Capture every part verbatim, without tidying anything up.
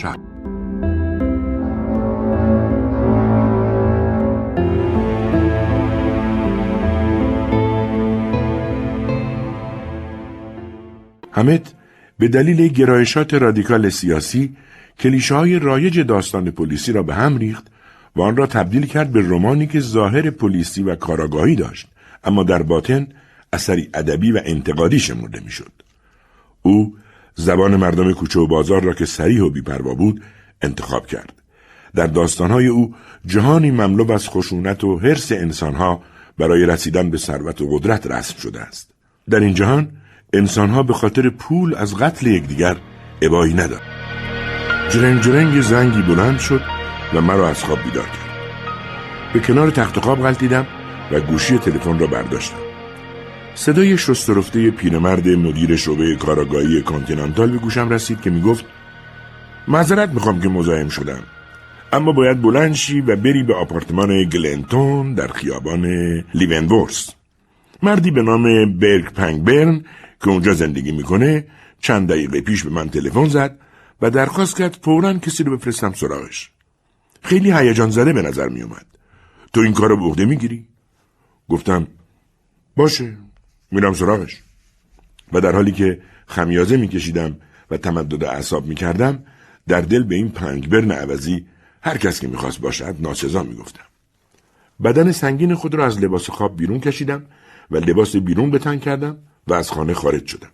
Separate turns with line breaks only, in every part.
شب. حمید به دلیل گرایشات رادیکال سیاسی کلیشه‌های رایج داستان پلیسی را به هم ریخت و آن را تبدیل کرد به رمانی که ظاهر پلیسی و کاراگاهی داشت، اما در باطن اثری ادبی و انتقادی شمرده میشد. او زبان مردم کوچه و بازار را که صریح و بی‌پروا بود انتخاب کرد. در داستان‌های او جهانی مملو از خشونت و حرص انسان‌ها برای رسیدن به ثروت و قدرت رسم شده است. در این جهان انسان‌ها به خاطر پول از قتل یکدیگر ابایی ندارند. جرنگ جرنگ زنگی بلند شد و مرا از خواب بیدار کرد. به کنار تخت خواب غلتیدم و گوشی تلفن را برداشتم. صدای شست و رفته پیرمرد مدیر شعبه کاراگاهی کانتینانتال به گوشم رسید که میگفت معذرت میخوام که مزاحم شدم، اما باید بلند شی و بری به آپارتمان گلنتون در خیابان لیونورث. مردی به نام برگ پنگبرن که اونجا زندگی میکنه چند دقیقه پیش به من تلفن زد و درخواست کرد فوراً کسی رو بفرستم سراغش. خیلی هیجان زده به نظر میومد. تو این کارو به عهده میگیری؟ گفتم باشه، میرم سراغش. و در حالی که خمیازه میکشیدم و تمدد اعصاب میکردم، در دل به این پنگبرن عوضی هر کس که میخواست باشد ناسزا میگفتم. بدن سنگین خود را از لباس خواب بیرون کشیدم و لباس بیرون به تن کردم و از خانه خارج شدم.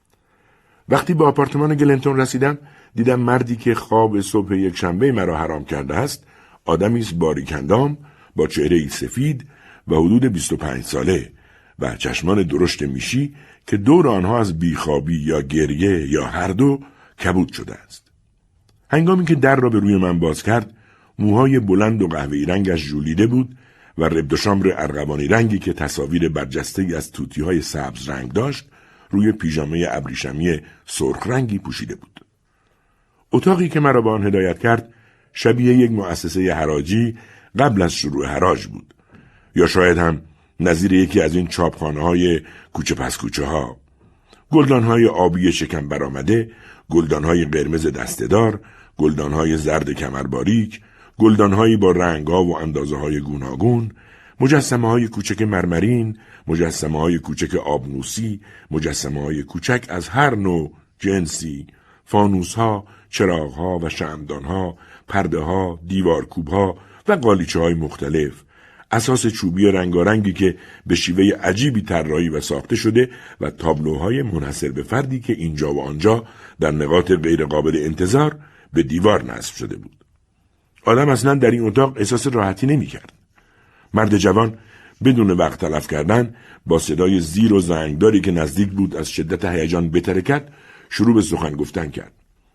وقتی به آپارتمان گلنتون رسیدم، دیدم مردی که خواب صبح یک شنبه مرا حرام کرده است، آدمی است باریکندام با چهره‌ای سفید و حدود بیست و پنج ساله و چشمان درشت میشی که دور آنها از بیخوابی یا گریه یا هر دو کبود شده است. هنگامی که در را به روی من باز کرد، موهای بلند و قهوه‌ای رنگش ژولیده بود و رب دو شامبر ارغوانی رنگی که تصاویر برجسته‌ای از توتی‌های سبز رنگ داشت، روی پیژامه ابریشمی سرخ رنگی پوشیده بود. اتاقی که مرا به آن هدایت کرد شبیه یک مؤسسه حراجی قبل از شروع حراج بود، یا شاید هم نظیر یکی از این چاپخانه‌های کوچه پس کوچه ها. گلدان‌های آبی شکم برآمده، گلدان‌های قرمز دسته‌دار، گلدان‌های زرد کمرباریک، گلدان‌هایی با رنگ‌ها و اندازه‌های گوناگون، مجسمه‌های کوچک مرمرین، مجسمه‌های کوچک آبنوسی، مجسمه‌های کوچک از هر نوع جنسی، فانوس‌ها، چراغ‌ها و شمعدان‌ها، پرده‌ها، دیوارکوب‌ها و قالیچه‌های مختلف، اساس چوبی رنگارنگی که به شیوه عجیبی طراحی و ساخته شده و تابلوهای منحصر به فردی که اینجا و آنجا در نقاط غیر قابل انتظار به دیوار نصب شده بود. آدم اصلا در این اتاق احساس راحتی نمی کرد. مرد جوان بدون وقت تلف کردن با صدای زیر و زنگداری که نزدیک بود از شدت هیجان بترکد شروع به سخن گفتن کرد.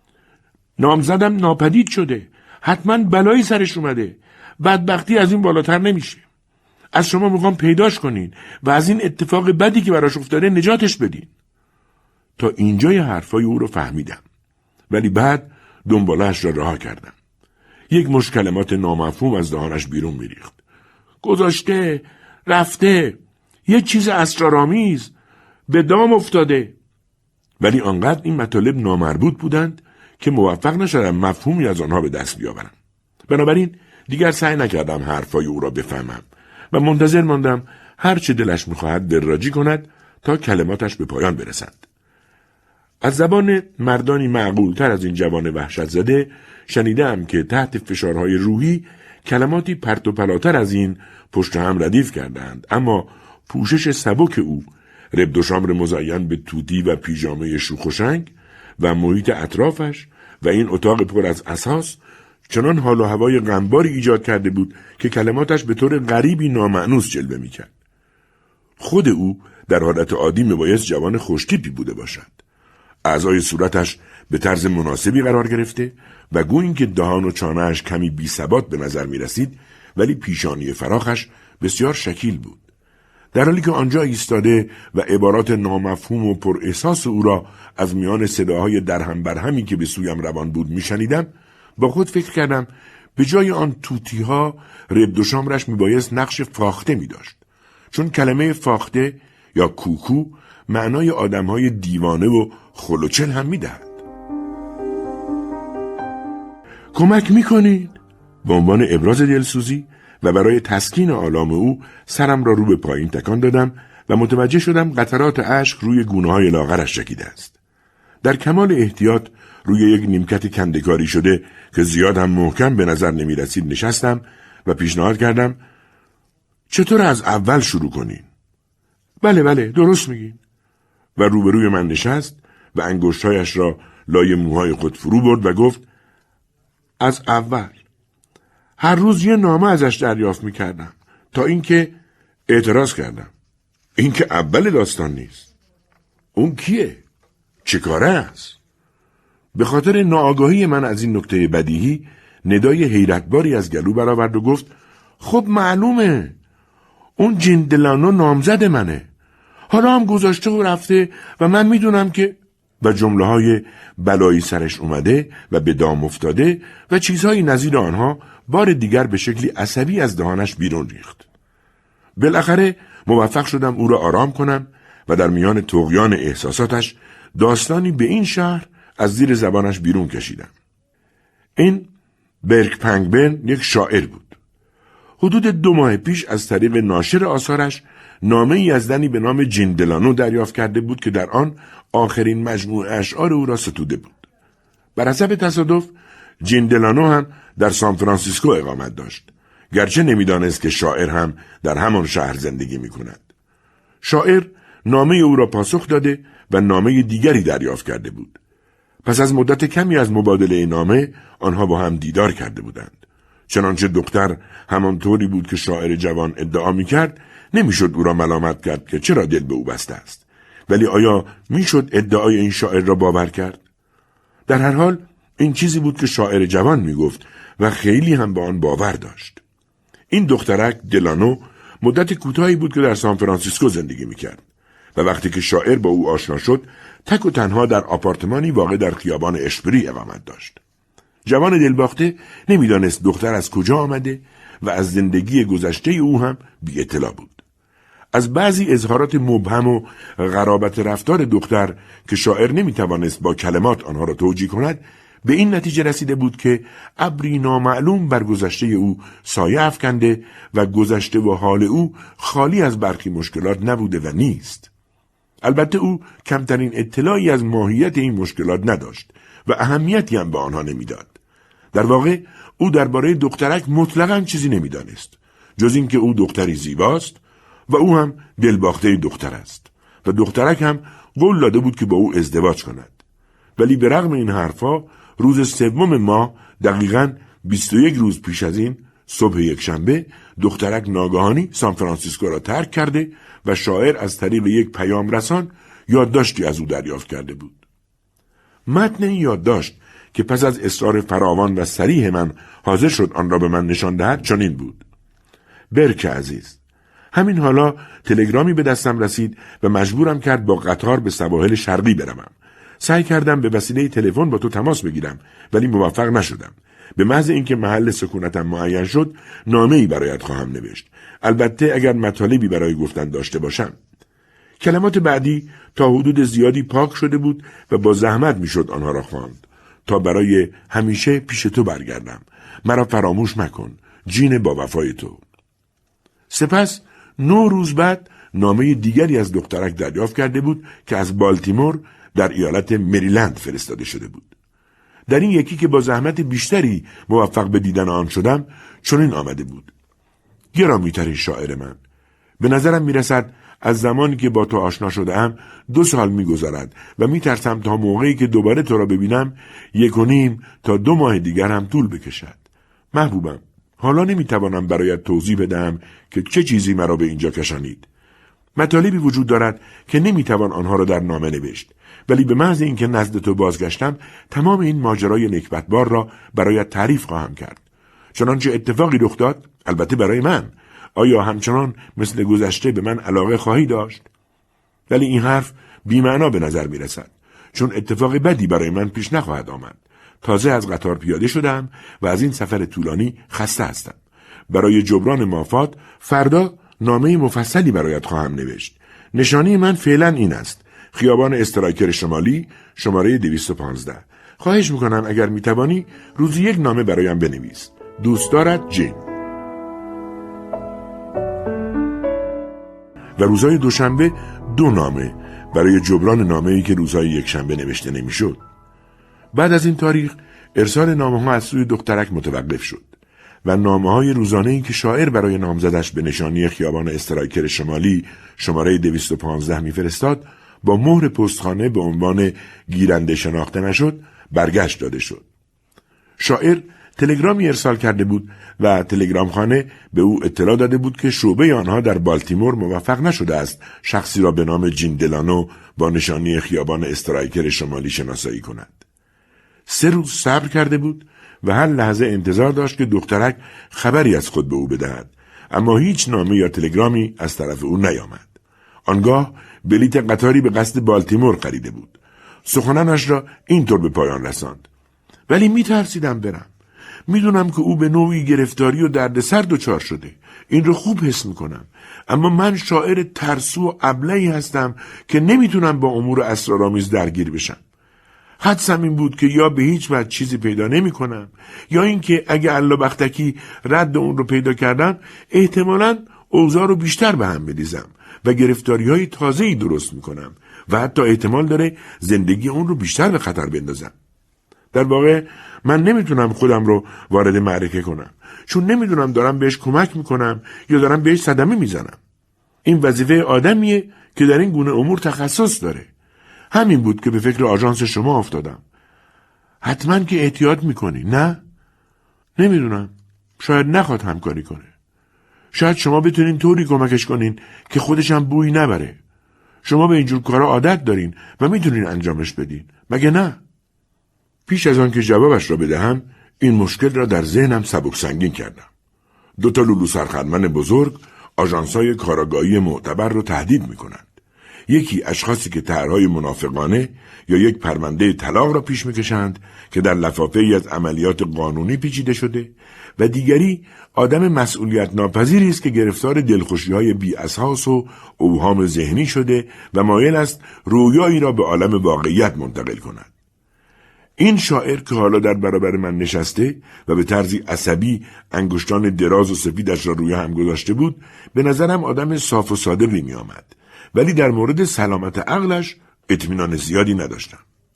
نامزدم ناپدید شده. حتما بلایی سرش اومده. بدبختی از این بالاتر نمیشه. از شما میخوام پیداش کنین و از این اتفاق بدی که براش افتاده نجاتش بدین. تا اینجای حرفای او رو فهمیدم، ولی بعد دنبالش را رها کردم. یک مشت کلمات نامفهوم از دهانش بیرون میریخت. گذاشته، رفته، یک چیز اسرارآمیز، به دام افتاده. ولی آنقدر این مطالب نامربوط بودند که موفق نشدم مفهومی از آنها به دست بیاورم. بنابراین دیگر سعی نکردم حرفای او را بفهمم و منتظر ماندم هر چه دلش می‌خواهد دراجی کند تا کلماتش به پایان برسند. از زبان مردانی معقول‌تر از این جوان وحشت زده شنیدم که تحت فشارهای روحی کلماتی پرت و پلاتر از این پشت هم ردیف کردند، اما پوشش سبک او، رب دو شامبر مزین به توتی و پیژامه شوخ و شنگ و محیط اطرافش و این اتاق پر از اساس چنان حال و هوای غمباری ایجاد کرده بود که کلماتش به طور غریبی نامأنوس جلوه می‌کرد. خود او در حالت عادی میبایست جوان خوشتیپی بوده باشد. اعضای صورتش به طرز مناسبی قرار گرفته و گویی که دهان و چانه‌اش کمی بی ثبات به نظر می رسید، ولی پیشانی فراخش بسیار شکیل بود. در حالی که آنجا ایستاده و عبارات نامفهوم و پر احساس او را از میان صداهای درهم برهمی که به سویم روان بود می شنیدم، با خود فکر کردم به جای آن توتی ها رب دو شامبرش می بایست نقش فاخته می داشت، چون کلمه فاخته یا کوکو معنای آدمهای دیوانه و خلوچل هم می دهد. کمک میکنید؟ به عنوان ابراز دلسوزی و برای تسکین آلام او سرم را رو به پایین تکان دادم و متوجه شدم قطرات اشک روی گونه‌های لاغرش چکیده است. در کمال احتیاط روی یک نیمکت کندکاری شده که زیاد هم محکم به نظر نمی رسید نشستم و پیشنهاد کردم چطور از اول شروع کنین؟ بله بله درست میگین. و روبروی من نشست و انگشتایش را لای موهای خود فرو برد و گفت از اول. هر روز یه نامه ازش دریافت میکردم تا اینکه اعتراض کردم. این که اول داستان نیست. اون کیه؟ چه کاره است؟ به خاطر ناآگاهی من از این نکته بدیهی ندای حیرتباری از گلو برآورد و گفت خب معلومه. اون جین دلانو نامزد منه. حالا هم گذاشته و رفته و من میدونم که و جمله های بلایی سرش اومده و به دام افتاده و چیزهای نظیر آنها بار دیگر به شکلی عصبی از دهانش بیرون ریخت. بالاخره موفق شدم او را آرام کنم و در میان طغیان احساساتش داستانی به این شهر از زیر زبانش بیرون کشیدم. این برگ پنگبرن یک شاعر بود. حدود دو ماه پیش از طریق ناشر آثارش نامه ای از زنی به نام جین دلانو دریافت کرده بود که در آن آخرین مجموعه اشعار او را ستوده بود. بر حسب تصادف جین دلانو هم در سان فرانسیسکو اقامت داشت، گرچه نمیدانست که شاعر هم در همان شهر زندگی می کند. شاعر نامه او را پاسخ داده و نامه دیگری دریافت کرده بود. پس از مدت کمی از مبادله نامه آنها با هم دیدار کرده بودند. چنانچه دختر همانطوری بود که شاعر جوان ادعا می کرد، نمیشد او را ملامت کرد که چرا دل به او بسته است. ولی آیا میشد ادعای این شاعر را باور کرد؟ در هر حال این چیزی بود که شاعر جوان میگفت و خیلی هم به آن باور داشت. این دخترک دلانو مدت کوتاهی بود که در سان فرانسیسکو زندگی میکرد و وقتی که شاعر با او آشنا شد تک و تنها در آپارتمانی واقع در خیابان اشپری اقامت داشت. جوان دلباخته نمیدانست دختر از کجا آمده و از زندگی گذشته او هم بی اطلاع بود. از بعضی اظهارات مبهم و غرابت رفتار دختر که شاعر نمیتوانست با کلمات آنها را توجیه کند به این نتیجه رسیده بود که ابری نامعلوم بر گذشته او سایه افکنده و گذشته و حال او خالی از برخی مشکلات نبوده و نیست. البته او کمترین اطلاعی از ماهیت این مشکلات نداشت و اهمیتی هم به آنها نمیداد. در واقع او درباره دخترک مطلقاً چیزی نمیدانست جز اینکه او دختری زیباست و او هم دلباخته دختر است و دخترک هم قول داده بود که با او ازدواج کند. ولی به رغم این حرفا روز سوم ماه دقیقاً بیست و یک روز پیش از این صبح یک شنبه دخترک ناگهانی سان فرانسیسکو را ترک کرده و شاعر از طریق یک پیام رسان یادداشتی از او دریافت کرده بود. متن این یادداشت که پس از اصرار فراوان و صریح من حاضر شد آن را به من نشان دهد چنین بود: برک عزیز، همین حالا تلگرامی به دستم رسید و مجبورم کرد با قطار به سواحل شرقی بروم. سعی کردم به وسیله تلفن با تو تماس بگیرم ولی موفق نشدم. به محض اینکه محل سکونتم معین شد نامه‌ای برایت خواهم نوشت، البته اگر مطالبی برای گفتن داشته باشم. کلمات بعدی تا حدود زیادی پاک شده بود و با زحمت میشد آنها را خواند. تا برای همیشه پیش تو برگردم. مرا فراموش مکن. جین با وفای تو. سپس نه روز بعد نامه دیگری از دخترک دریافت کرده بود که از بالتیمور در ایالت مریلند فرستاده شده بود. در این یکی که با زحمت بیشتری موفق به دیدن آن شدم چنین آمده بود: گرامی‌ترین شاعر من، به نظرم میرسد از زمانی که با تو آشنا شدم دو سال میگذرد و میترسم تا موقعی که دوباره تو را ببینم یک و نیم تا دو ماه دیگر هم طول بکشد. محبوبم، حالا نمیتوانم برایت توضیح بدم که چه چیزی مرا به اینجا کشانید. مطالبی وجود دارد که نمیتوان آنها را در نامه نوشت، ولی به محض اینکه نزد تو بازگشتم تمام این ماجرای نکبتبار را برایت تعریف خواهم کرد. چنانچه اتفاقی رخ داد، البته برای من، آیا همچنان مثل گذشته به من علاقه خواهی داشت؟ ولی این حرف بی‌معنا به نظر می رسد، چون اتفاق بدی برای من پیش نخواهد آمد. تازه از قطار پیاده شدم و از این سفر طولانی خسته هستم. برای جبران مافات فردا نامه مفصلی برایت خواهم نوشت. نشانی من فعلا این است: خیابان استرایکر شمالی، شماره دویست و پانزده، خواهش میکنم اگر میتوانی روزی یک نامه برایم بنویس. دوست دارد جین. و روزهای دوشنبه دو نامه برای جبران نامه‌ای که روزهای یکشنبه نوشته نمیشد. بعد از این تاریخ ارسال نامه‌ها از سوی دخترک متوقف شد و نامه‌های روزانه‌ای که شاعر برای نامزدش به نشانی خیابان استرایکر شمالی شماره دویست و پانزده میفرستاد با مهر پستخانه به عنوان گیرنده شناخته نشد برگشت داده شد. شاعر تلگرامی ارسال کرده بود و تلگرامخانه به او اطلاع داده بود که شعبه آنها در بالتیمور موفق نشده است شخصی را به نام جین دلانو با نشانی خیابان استرایکر شمالی شناسایی کند. سه روز صبر کرده بود و هر لحظه انتظار داشت که دخترک خبری از خود به او بدهد، اما هیچ نامه یا تلگرامی از طرف او نیامد. آنگاه بلیط قطاری به قصد بالتیمور خریده بود. سخنانش را اینطور به پایان رساند: ولی می ترسیدم برم. میدونم که او به نوعی گرفتاری و دردسر دچار شده. این رو خوب حس میکنم. اما من شاعر ترسو و ابلهی هستم که نمیتونم با امور اسرارآمیز درگیر بشم. حدسم این بود که یا به هیچ وجه چیزی پیدا نمی کنم یا اینکه اگه الله بختکی رد اون رو پیدا کردم احتمالاً اوضاع رو بیشتر به هم بریزم و گرفتاری های تازه‌ای درست می کنم و حتی احتمال داره زندگی اون رو بیشتر به خطر بندازم. در واقع من نمیتونم خودم رو وارد معرکه کنم چون نمیدونم دارم بهش کمک میکنم یا دارم بهش صدمه میزنم. این وظیفه آدمیه که در این گونه امور تخصص داره. همین بود که به فکر آژانس شما افتادم. حتما که احتیاط میکنی، نه؟ نمیدونم. شاید نخواد همکاری کنه. شاید شما بتونین طوری کمکش کنین که خودش هم بوی نبره. شما به اینجور کارا عادت دارین و میتونین انجامش بدین. مگه نه؟ پیش از آن که جوابش را بدهم این مشکل را در ذهنم سبک سنگین کردم. دو تا لولو سرخرمن بزرگ آژانس‌های کاراگاهی معتبر را تهدید میکنند. یکی اشخاصی که طرح‌های منافقانه یا یک پرونده طلاق را پیش میکشند که در لفافه‌ای از عملیات قانونی پیچیده شده و دیگری آدم مسئولیت ناپذیری است که گرفتار دلخوشی‌های بی اساس و اوهام ذهنی شده و مایل است رویایی را به عالم واقعیت منتقل کند. این شاعر که حالا در برابر من نشسته و به طرزی عصبی انگشتان دراز و سفیدش را روی هم گذاشته بود به نظرم آدم صاف و صادقی می آمد، ولی در مورد سلامت عقلش اطمینان زیادی نداشتم.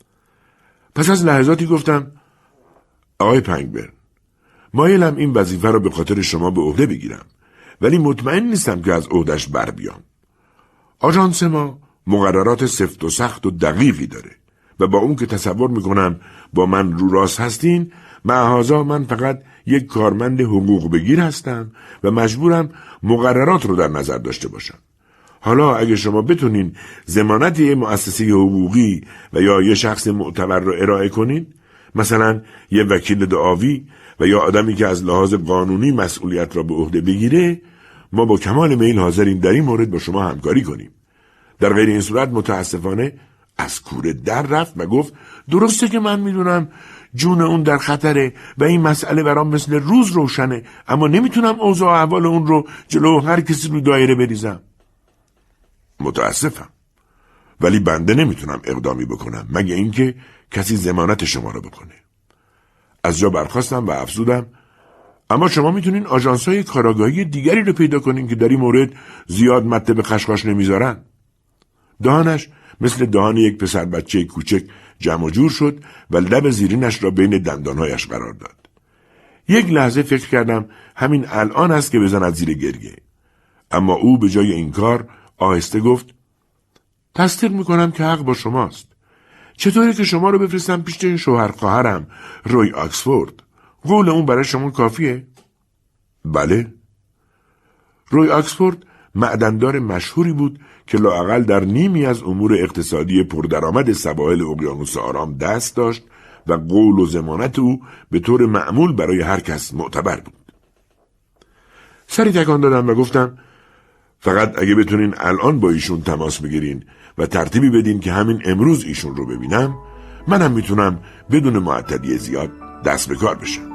پس از لحظاتی گفتم: آقای پنگبرن، مایلم این وظیفه را به خاطر شما به عهده بگیرم، ولی مطمئن نیستم که از عهده‌اش بر بیام. آژانس ما مقررات سفت و سخت و دقیقی داره و با اون که تصور میکنم با من رو راست هستین، معاذا من فقط یک کارمند حقوق بگیر هستم و مجبورم مقررات رو در نظر داشته باشم. حالا اگه شما بتونین ضمانت یه مؤسسه حقوقی و یا یه شخص معتبر رو ارائه کنین، مثلا یه وکیل دعاوی و یا آدمی که از لحاظ قانونی مسئولیت را به عهده بگیره، ما با کمال میل حاضریم در این مورد با شما همکاری کنیم. در غیر این صورت متاسفانه از کوره در رفت و گفت: درسته که من میدونم جون اون در خطره و این مسئله برام مثل روز روشنه، اما نمیتونم اوضاع احوال اون رو جلو هر کسی رو دایره بریزم. متاسفم، ولی بنده نمیتونم اقدامی بکنم مگه اینکه کسی ضمانت شما رو بکنه. از جا برخاستم و افزودم: اما شما میتونین آژانس‌های کاراگاهی دیگری رو پیدا کنین که در این مورد زیاد مته به خشخاش نمیذارن. دهانش مثل دهان یک پسر بچه کوچک جمع جور شد و لب زیرینش را بین دندانهایش قرار داد. یک لحظه فکر کردم همین الان است که بزند زیر گریه، اما او به جای این کار آهسته گفت: تصدیق میکنم که حق با شماست. چطوره که شما رو بفرستم پیش این شوهر خواهرم روی آکسفورد؟ قول اون برای شما کافیه؟ بله. روی آکسفورد معدندار مشهوری بود که لااقل در نیمی از امور اقتصادی پردرآمد سواحل اقیانوس آرام دست داشت و قول و ضمانت او به طور معمول برای هر کس معتبر بود. سری تکان دادم و گفتم: فقط اگه بتونین الان با ایشون تماس بگیرین و ترتیبی بدین که همین امروز ایشون رو ببینم، منم میتونم بدون معطلی زیاد دست به کار بشم.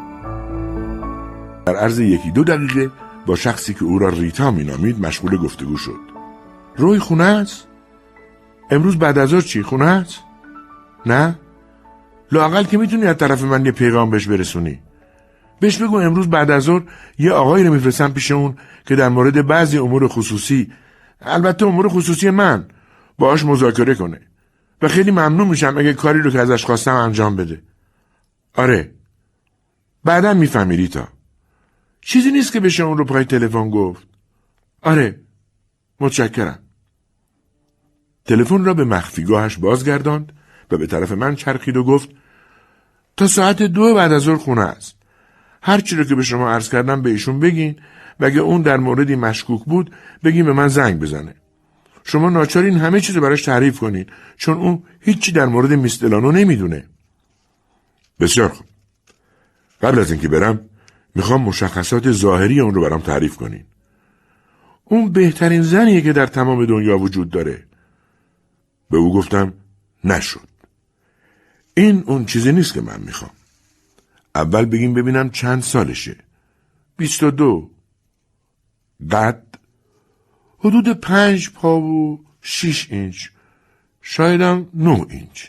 در عرض یکی دو دقیقه با شخصی که او را ریتا مینامید مشغول گفتگو شد. روی خونه است؟ امروز بعد از ظهر چی؟ خونه است؟ نه؟ لااقل که میتونی از طرف من یه پیغام بهش برسونی. بهش بگو امروز بعد از ظهر یه آقایی رو میفرستم پیش اون که در مورد بعضی امور خصوصی، البته امور خصوصی من، باهاش مذاکره کنه و خیلی ممنون میشم اگه کاری رو که ازش خواستم انجام بده. آره، بعدم میفهمی ریتا. چیزی نیست که بشه اون رو پای تلفن گفت. آره، متشکرم. تلفن را به مخفیگاهش بازگرداند و به طرف من چرخید و گفت تا ساعت دو بعد از ظهر خونه است. هر چی رو که به شما عرض کردم به ایشون بگین و اگه اون در موردی مشکوک بود بگین به من زنگ بزنه. شما ناچارین همه چیز رو براش تعریف کنین چون اون هیچی در مورد میس دلانو نمیدونه. بسیار خوب. قبل از اینکه برم میخوام مشخصات ظاهری اون رو برام تعریف کنین. اون بهترین زنیه که در تمام دنیا وجود داره. به او گفتم نشد. این اون چیزی نیست که من میخوام. اول بگیم ببینم چند سالشه. بیست و دو. قد حدود پنج پا و شیش اینچ. شایدم نه اینچ.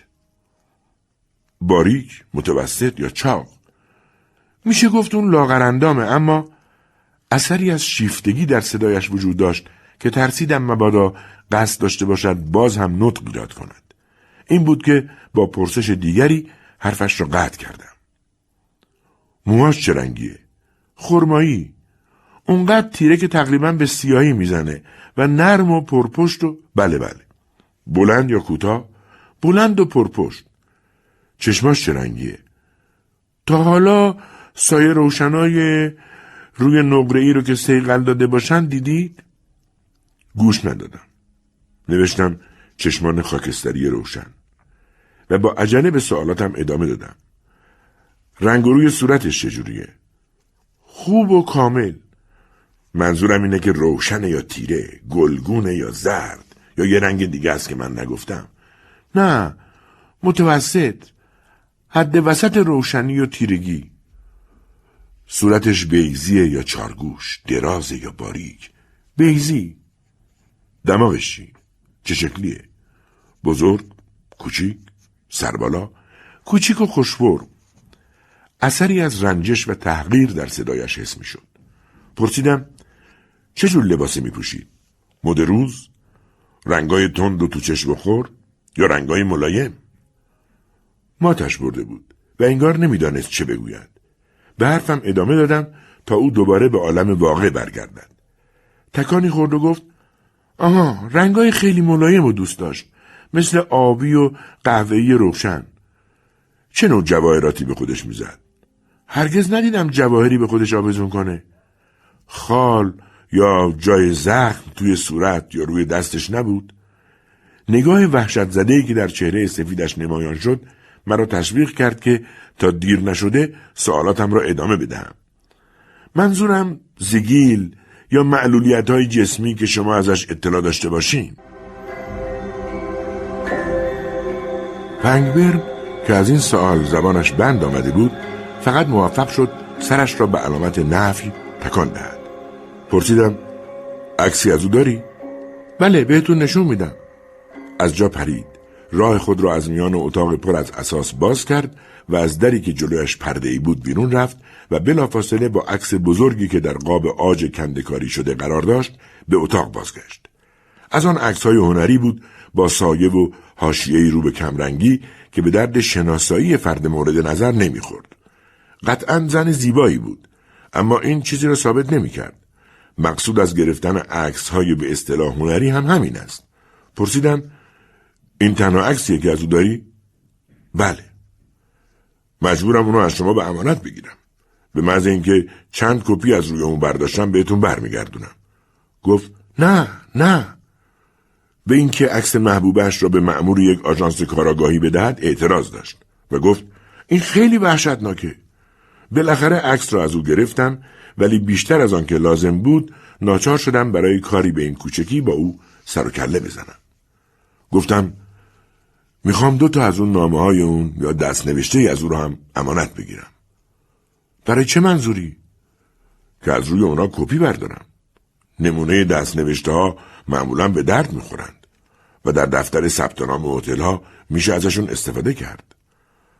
باریک، متوسط یا چاق. میشه گفت اون لاغرندامه، اما اثری از شیفتگی در صدایش وجود داشت که ترسیدم مبادا قصد داشته باشد باز هم نطق ایجاد کند. این بود که با پرسش دیگری حرفش را قطع کردم. موهاش چه رنگیه؟ خرمایی. اونقدر تیره که تقریبا به سیاهی میزنه و نرم و پرپشت و بله بله. بلند یا کوتاه؟ بلند و پرپشت. چشماش چه رنگیه؟ تا حالا سایه روشنای روی نقره‌ای رو که صیقل داده باشن دیدید؟ گوش ندادم. نوشتم چشمان خاکستری روشن و با عجله به سوالاتم ادامه دادم. رنگ و روی صورتش چجوریه؟ خوب و کامل. منظورم اینه که روشنه یا تیره، گلگونه یا زرد، یا یه رنگ دیگه است که من نگفتم. نه، متوسط، حد وسط روشنی و تیرگی. صورتش بیضیه یا چارگوش، درازه یا باریک؟ بیضی. دماغش چی؟ چه شکلیه؟ بزرگ؟ کوچیک؟ سربالا؟ کوچیک و خوش‌فرم. اثری از رنجش و تحقیر در صدایش حس می شد. پرسیدم چه جور لباسی می پوشید؟ مد روز؟ رنگای تند و تو چشم بخور؟ یا رنگای ملایم؟ ماتش برده بود و انگار نمی دانست چه بگوید. به حرفم ادامه دادم تا او دوباره به عالم واقع برگردد. تکانی خورد و گفت آها، رنگای خیلی ملایم و دوست داشت، مثل آبی و قهوه‌ای روشن. چه نوع جواهراتی به خودش میزد؟ هرگز ندیدم جواهری به خودش آویزون کنه. خال یا جای زخم توی صورت یا روی دستش نبود. نگاه وحشت زده‌ای که در چهره سفیدش نمایان شد مرا تشویق کرد که تا دیر نشده سوالاتم را ادامه بدهم. منظورم زگیل یا معلولیت‌های جسمی که شما ازش اطلاع داشته باشین. پنگبرن که از این سوال زبانش بند آمده بود فقط موفق شد سرش را به علامت نفی تکان دهد. پرسیدم عکسی از او داری؟ بله، بهتون نشون میدم. از جا پرید. راه خود را از میان اتاق پر از اساس باز کرد و از دری که جلویش پرده‌ای بود بیرون رفت و بلافاصله با عکس بزرگی که در قاب عاج کنده‌کاری شده قرار داشت به اتاق بازگشت. از آن عکس‌های هنری بود با سایه و حاشیه‌ای رو به کمرنگی که به درد شناسایی فرد مورد نظر نمیخورد. قطعاً زن زیبایی بود، اما این چیزی را ثابت نمی‌کرد. مقصود از گرفتن عکس‌های به اصطلاح هنری هم همین است. پرسیدم این تنها عکسیه که از او داری؟ بله. مجبورم اونو از شما به امانت بگیرم. به محض اینکه چند کپی از روی اون برداشتم بهتون برمیگردونم. گفت نه نه. به اینکه عکس محبوبش را به مأمور یک آژانس کاراگاهی بدهد اعتراض داشت و گفت این خیلی وحشتناکه. بالاخره عکس را از او گرفتم، ولی بیشتر از آن که لازم بود ناچار شدم برای کاری به این کوچکی با او سر و کله بزنم. گفتم میخوام دو تا از اون نامه های اون یا دست نوشته از او رو هم امانت بگیرم. برای چه منظوری؟ که از روی اونا کپی بردارم. نمونه دست نوشته ها معمولا به درد میخورند و در دفتر ثبت نام هتل ها میشه ازشون استفاده کرد.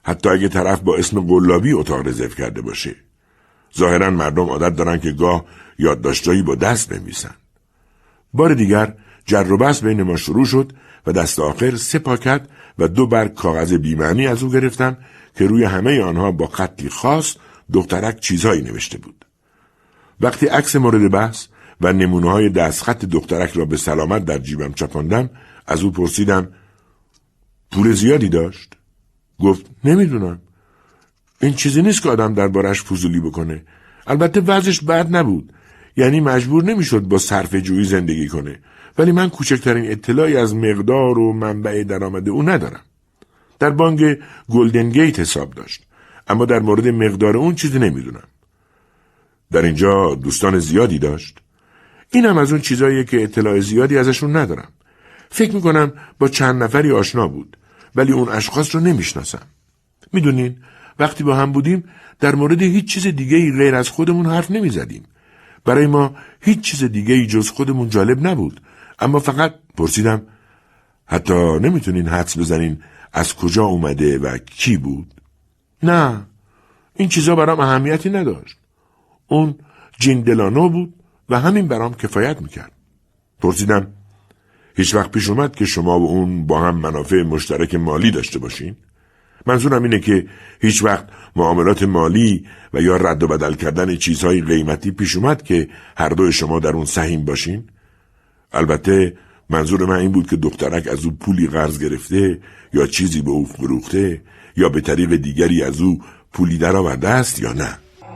حتی اگه طرف با اسم قلابی اتاق رزرو کرده باشه. ظاهراً مردم عادت دارن که گاه یادداشتایی با دست بنویسن. بار دیگر جر و بحث بین ما شروع شد و دست آخر سه پاکت و دو برگ کاغذ بی‌معنی از او گرفتم که روی همه آنها با خطی خاص دخترک چیزهایی نوشته بود. وقتی عکس مورد بحث و نمونه‌های دستخط دخترک را به سلامت در جیبم چپاندم، از او پرسیدم پول زیادی داشت؟ گفت نمیدونم. این چیزی نیست که آدم دربارش فضولی بکنه. البته وضعش بد نبود، یعنی مجبور نمیشد با صرفه جویی زندگی کنه، ولی من کوچکترین اطلاعی از مقدار و منبع درآمد او ندارم. در بانک گلدن گیت حساب داشت، اما در مورد مقدار اون چیزی نمیدونم. در اینجا دوستان زیادی داشت. اینم از اون چیزاییه که اطلاع زیادی ازشون ندارم. فکر میکنم با چند نفری آشنا بود، ولی اون اشخاص رو نمیشناسم. میدونین وقتی با هم بودیم در مورد هیچ چیز دیگه‌ای غیر از خودمون حرف نمیزدیم. برای ما هیچ چیز دیگه‌ای جز خودمون جالب نبود، اما فقط پرسیدم حتی نمیتونین حدس بزنین از کجا اومده و کی بود؟ نه، این چیزا برام اهمیتی نداشت. اون جین دلانو بود و همین برام کفایت میکرد. پرسیدم هیچ وقت پیش اومد که شما و اون با هم منافع مشترک مالی داشته باشین؟ منظورم اینه که هیچ وقت معاملات مالی و یا رد و بدل کردن چیزهای قیمتی پیش اومد که هر دوی شما در اون سهیم باشین؟ البته منظور من این بود که دخترک از او پولی قرض گرفته یا چیزی به او فروخته یا به طریق دیگری از او پولی درآورده است یا نه.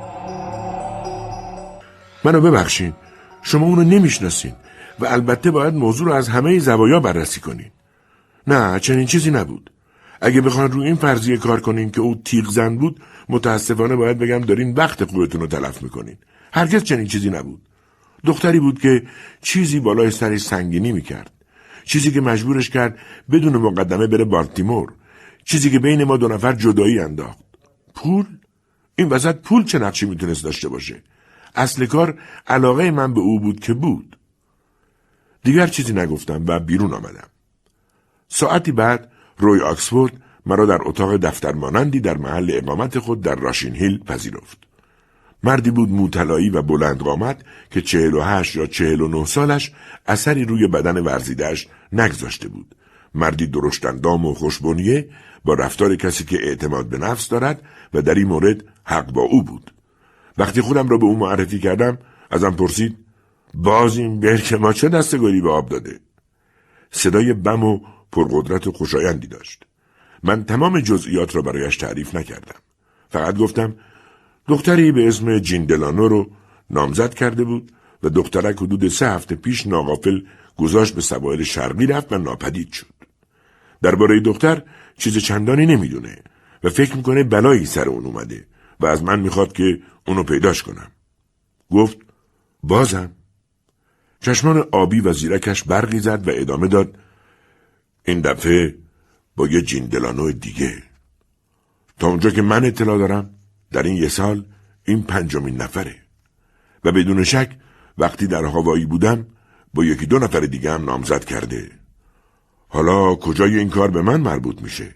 منو ببخشین، شما اونو نمیشناسین و البته باید موضوع رو از همه زوایا بررسی کنین. نه، چنین چیزی نبود. اگه بخواین روی این فرضیه کار کنین که او تیغ زن بود، متاسفانه باید بگم دارین وقت خودتون رو تلف میکنین. هرگز چنین چیزی نبود. دختری بود که چیزی بالای سرش سنگینی میکرد. چیزی که مجبورش کرد بدون مقدمه بره بالتیمور. چیزی که بین ما دو نفر جدایی انداخت. پول؟ این وسط پول چه نقشی میتونست داشته باشه؟ اصل کار علاقه من به او بود که بود. دیگر چیزی نگفتم و بیرون آمدم. ساعتی بعد روی آکسفورد مرا در اتاق دفتر مانندی در محل اقامت خود در راشین هیل پذیرفت. مردی بود موطلایی و بلند قامت که چهل و هشت یا چهل و نه سالش اثری روی بدن ورزیده‌اش نگذاشته بود. مردی درشت‌اندام و خوشبنیه با رفتار کسی که اعتماد به نفس دارد و در این مورد حق با او بود. وقتی خودم را به او معرفی کردم ازم پرسید باز این برک ما چه دستگلی به آب داده؟ صدای بم و پرقدرت و خوشایندی داشت. من تمام جزئیات را برایش تعریف نکردم. فقط گفتم دختری به اسم جین دلانو رو نامزد کرده بود و دخترک حدود سه هفته پیش ناغافل گذاشت به سواحل شرقی رفت و ناپدید شد. درباره دختر چیز چندانی نمیدونه و فکر میکنه بلایی سر اون اومده و از من میخواد که اونو پیداش کنم. گفت بازم. چشمان آبی و زیرکش برقی زد و ادامه داد این دفعه با یه جین دلانو دیگه. تا اونجا که من اطلاع دارم در این یه سال این پنجمین نفره و بدون شک وقتی در هاوایی بودم با یکی دو نفر دیگه هم نامزد کرده. حالا کجای این کار به من مربوط میشه؟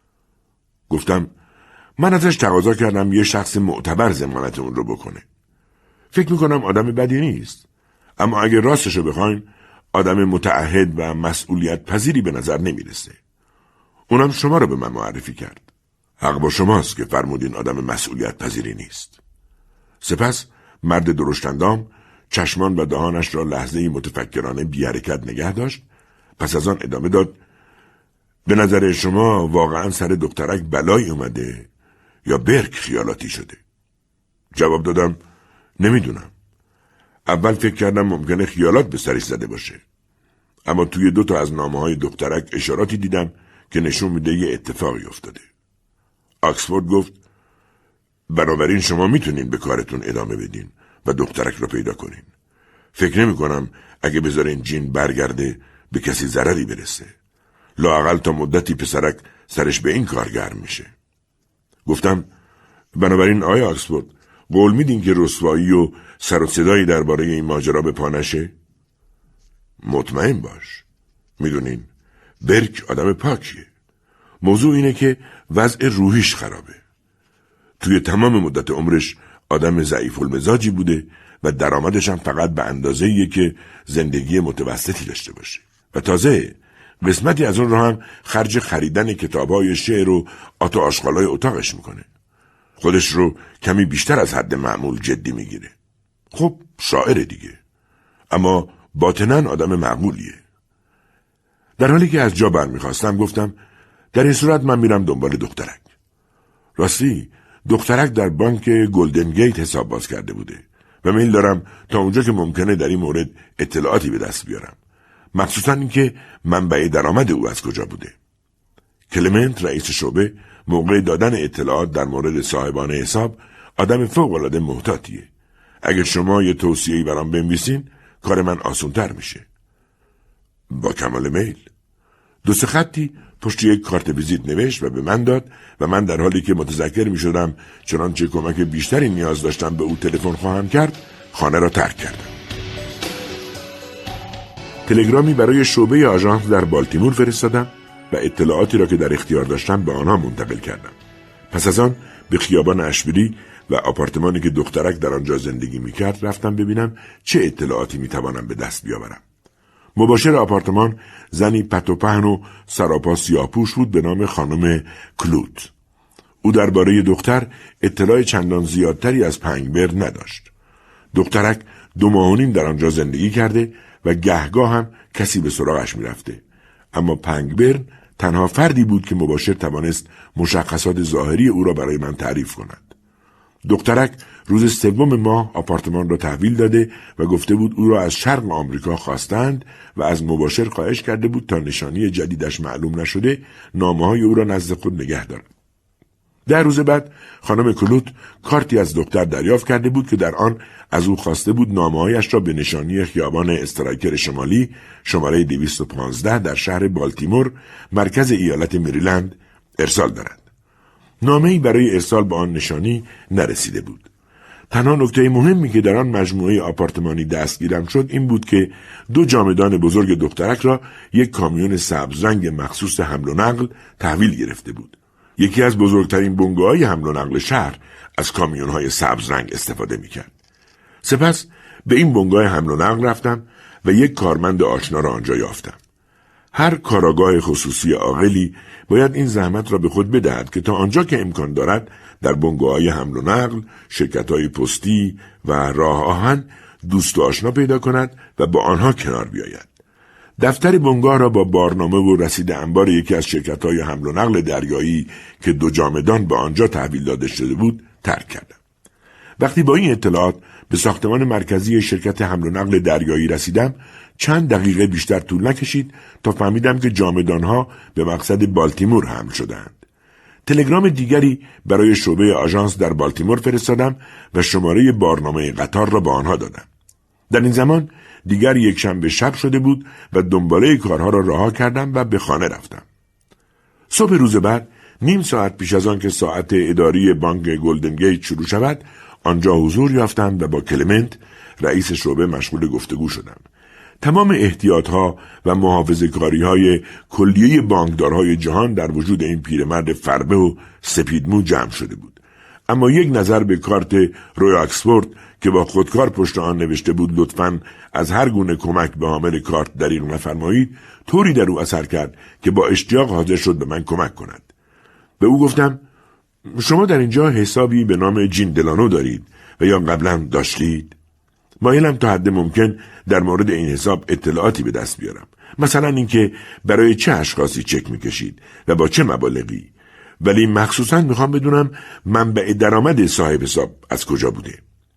گفتم من ازش تقاضا کردم یه شخص معتبر ضمانت اون رو بکنه. فکر میکنم آدم بدی نیست، اما اگه راستشو بخواین آدم متعهد و مسئولیت پذیری به نظر نمیرسه. اونم شما رو به من معرفی کرد. حق با شماست که فرمودین آدم مسئولیت پذیری نیست. سپس مرد درشتندام چشمان و دهانش را لحظه‌ای متفکرانه بی حرکت نگه داشت. پس از آن ادامه داد به نظر شما واقعا سر دخترک بلایی اومده یا برک خیالاتی شده؟ جواب دادم نمیدونم. اول فکر کردم ممکنه خیالات به سرش زده باشه، اما توی دو تا از نامه‌های دخترک اشاراتی دیدم که نشون میده یه اتفاقی افتاده. آکسفورد گفت بنابراین شما میتونین به کارتون ادامه بدین و دخترک رو پیدا کنین. فکر نمی کنم اگه بذارین جین برگرده به کسی ضرری برسه. لااقل تا مدتی پسرک سرش به این کار گرم میشه. گفتم بنابراین آیا آکسفورد قول میدین که رسوایی و سر و صدایی درباره این ماجرا به پا نشه؟ مطمئن باش. میدونین برک آدم پاکیه. موضوع اینه که وضع روحیش خرابه. توی تمام مدت عمرش آدم ضعیف المزاجی بوده و درآمدش هم فقط به اندازه‌ایه که زندگی متوسطی داشته باشه. و تازه قسمتی از اون رو هم خرج خریدن کتاب‌های شعر و آت و آشغالای اتاقش میکنه. خودش رو کمی بیشتر از حد معمول جدی میگیره. خب شاعر دیگه. اما باطناً آدم معمولیه. در حالی که از جا برمیخواستم گفتم در این صورت من میرم دنبال دخترک. راستی دخترک در بانک گلدن گیت حساب باز کرده بوده و میل دارم تا اونجا که ممکنه در این مورد اطلاعاتی به دست بیارم. مخصوصاً اینکه منبع درآمد او از کجا بوده. کلمنت رئیس شعبه موقع دادن اطلاعات در مورد صاحبان حساب آدم فوق‌العاده محتاطیه. اگر شما یه توصیه‌ای برام بنویسین کار من آسان‌تر میشه. با کمال میل. دو سه خطی پشت یک کارت ویزیت نوشت و به من داد و من در حالی که متذکر می شدم چنانچه کمک بیشتری نیاز داشتم به او تلفن خواهم کرد خانه را ترک کردم. تلگرامی برای شعبه آژانس در بالتیمور فرستادم و اطلاعاتی را که در اختیار داشتم به آنها منتقل کردم. پس از آن به خیابان اشبیلی و آپارتمانی که دخترک در آنجا زندگی می کرد رفتم ببینم چه اطلاعاتی می توانم به دست بیاورم. مباشر آپارتمان زنی پت و پهن و سراپا سیاه‌پوش بود به نام خانم کلوت. او درباره دختر اطلاع چندان زیادتری از پنگبرن نداشت. دخترک دو ماه و نیم در آنجا زندگی کرده و گهگاه هم کسی به سراغش میرفته. اما پنگبرن تنها فردی بود که مباشر توانست مشخصات ظاهری او را برای من تعریف کند. دخترک روز سوم ماه آپارتمان را تحویل داده و گفته بود او را از شرق آمریکا خواستند و از مباشر خواهش کرده بود تا نشانی جدیدش معلوم نشده نامه‌های او را نزد خود نگه دارد. در روز بعد خانم کلوت کارتی از دختر دریافت کرده بود که در آن از او خواسته بود نامه‌هایش را به نشانی خیابان استرایکر شمالی شماره دویست و پانزده در شهر بالتیمور مرکز ایالت مریلند ارسال دارد. نامه‌ای برای ارسال به آن نشانی نرسیده بود. تنها نکته مهمی که در آن مجموعه آپارتمانی دستگیرم شد این بود که دو جامدان بزرگ دخترک را یک کامیون سبز رنگ مخصوص حمل و نقل تحویل گرفته بود. یکی از بزرگترین بنگاه‌های حمل و نقل شهر از کامیون‌های سبز رنگ استفاده می‌کرد. سپس به این بنگاه حمل و نقل رفتم و یک کارمند آشنا را آنجا یافتم. هر کاراگاه خصوصی عاقلی باید این زحمت را به خود بدهد که تا آنجا که امکان دارد در بنگاه‌های حمل و نقل، شرکت‌های پستی و راه آهن دوست و آشنا پیدا کند و با آنها کنار بیاید. دفتر بنگاه را با بارنامه و رسید انبار یکی از شرکت‌های حمل و نقل دریایی که دو جامدان به آنجا تحویل داده شده بود ترک کردم. وقتی با این اطلاعات به ساختمان مرکزی شرکت حمل و نقل دریایی رسیدم، چند دقیقه بیشتر طول نکشید تا فهمیدم که جامدانها به مقصد بالتیمور حمل شدند. تلگرام دیگری برای شعبه آژانس در بالتیمور فرستادم و شماره بارنامه قطار را به آنها دادم. در این زمان دیگر یک شنبه شب شده بود و دنباله کارها را رها کردم و به خانه رفتم. صبح روز بعد نیم ساعت پیش از آن که ساعت اداری بانک گلدن گیت شروع شود آنجا حضور یافتم و با کلمنت رئیس شعبه مشغول گفتگو شدم. تمام احتیاطها و محافظه‌کاری‌های کلیه بانکدارهای جهان در وجود این پیرمرد فربه و سپیدمو جمع شده بود. اما یک نظر به کارت روی آکسفورد که با خودکار پشت آن نوشته بود لطفاً از هر گونه کمک به حامل کارت دریغ نفرمایید طوری در او اثر کرد که با اشتیاق حاضر شد به من کمک کند. به او گفتم شما در اینجا حسابی به نام جین دلانو دارید و یا قبلا داشتید؟ مایلم تا حد ممکن در مورد این حساب اطلاعاتی به دست بیارم. مثلا اینکه برای چه اشخاصی چک میکشید و با چه مبالغی. ولی مخصوصا میخوام بدونم منبع درآمد صاحب حساب از کجا بوده.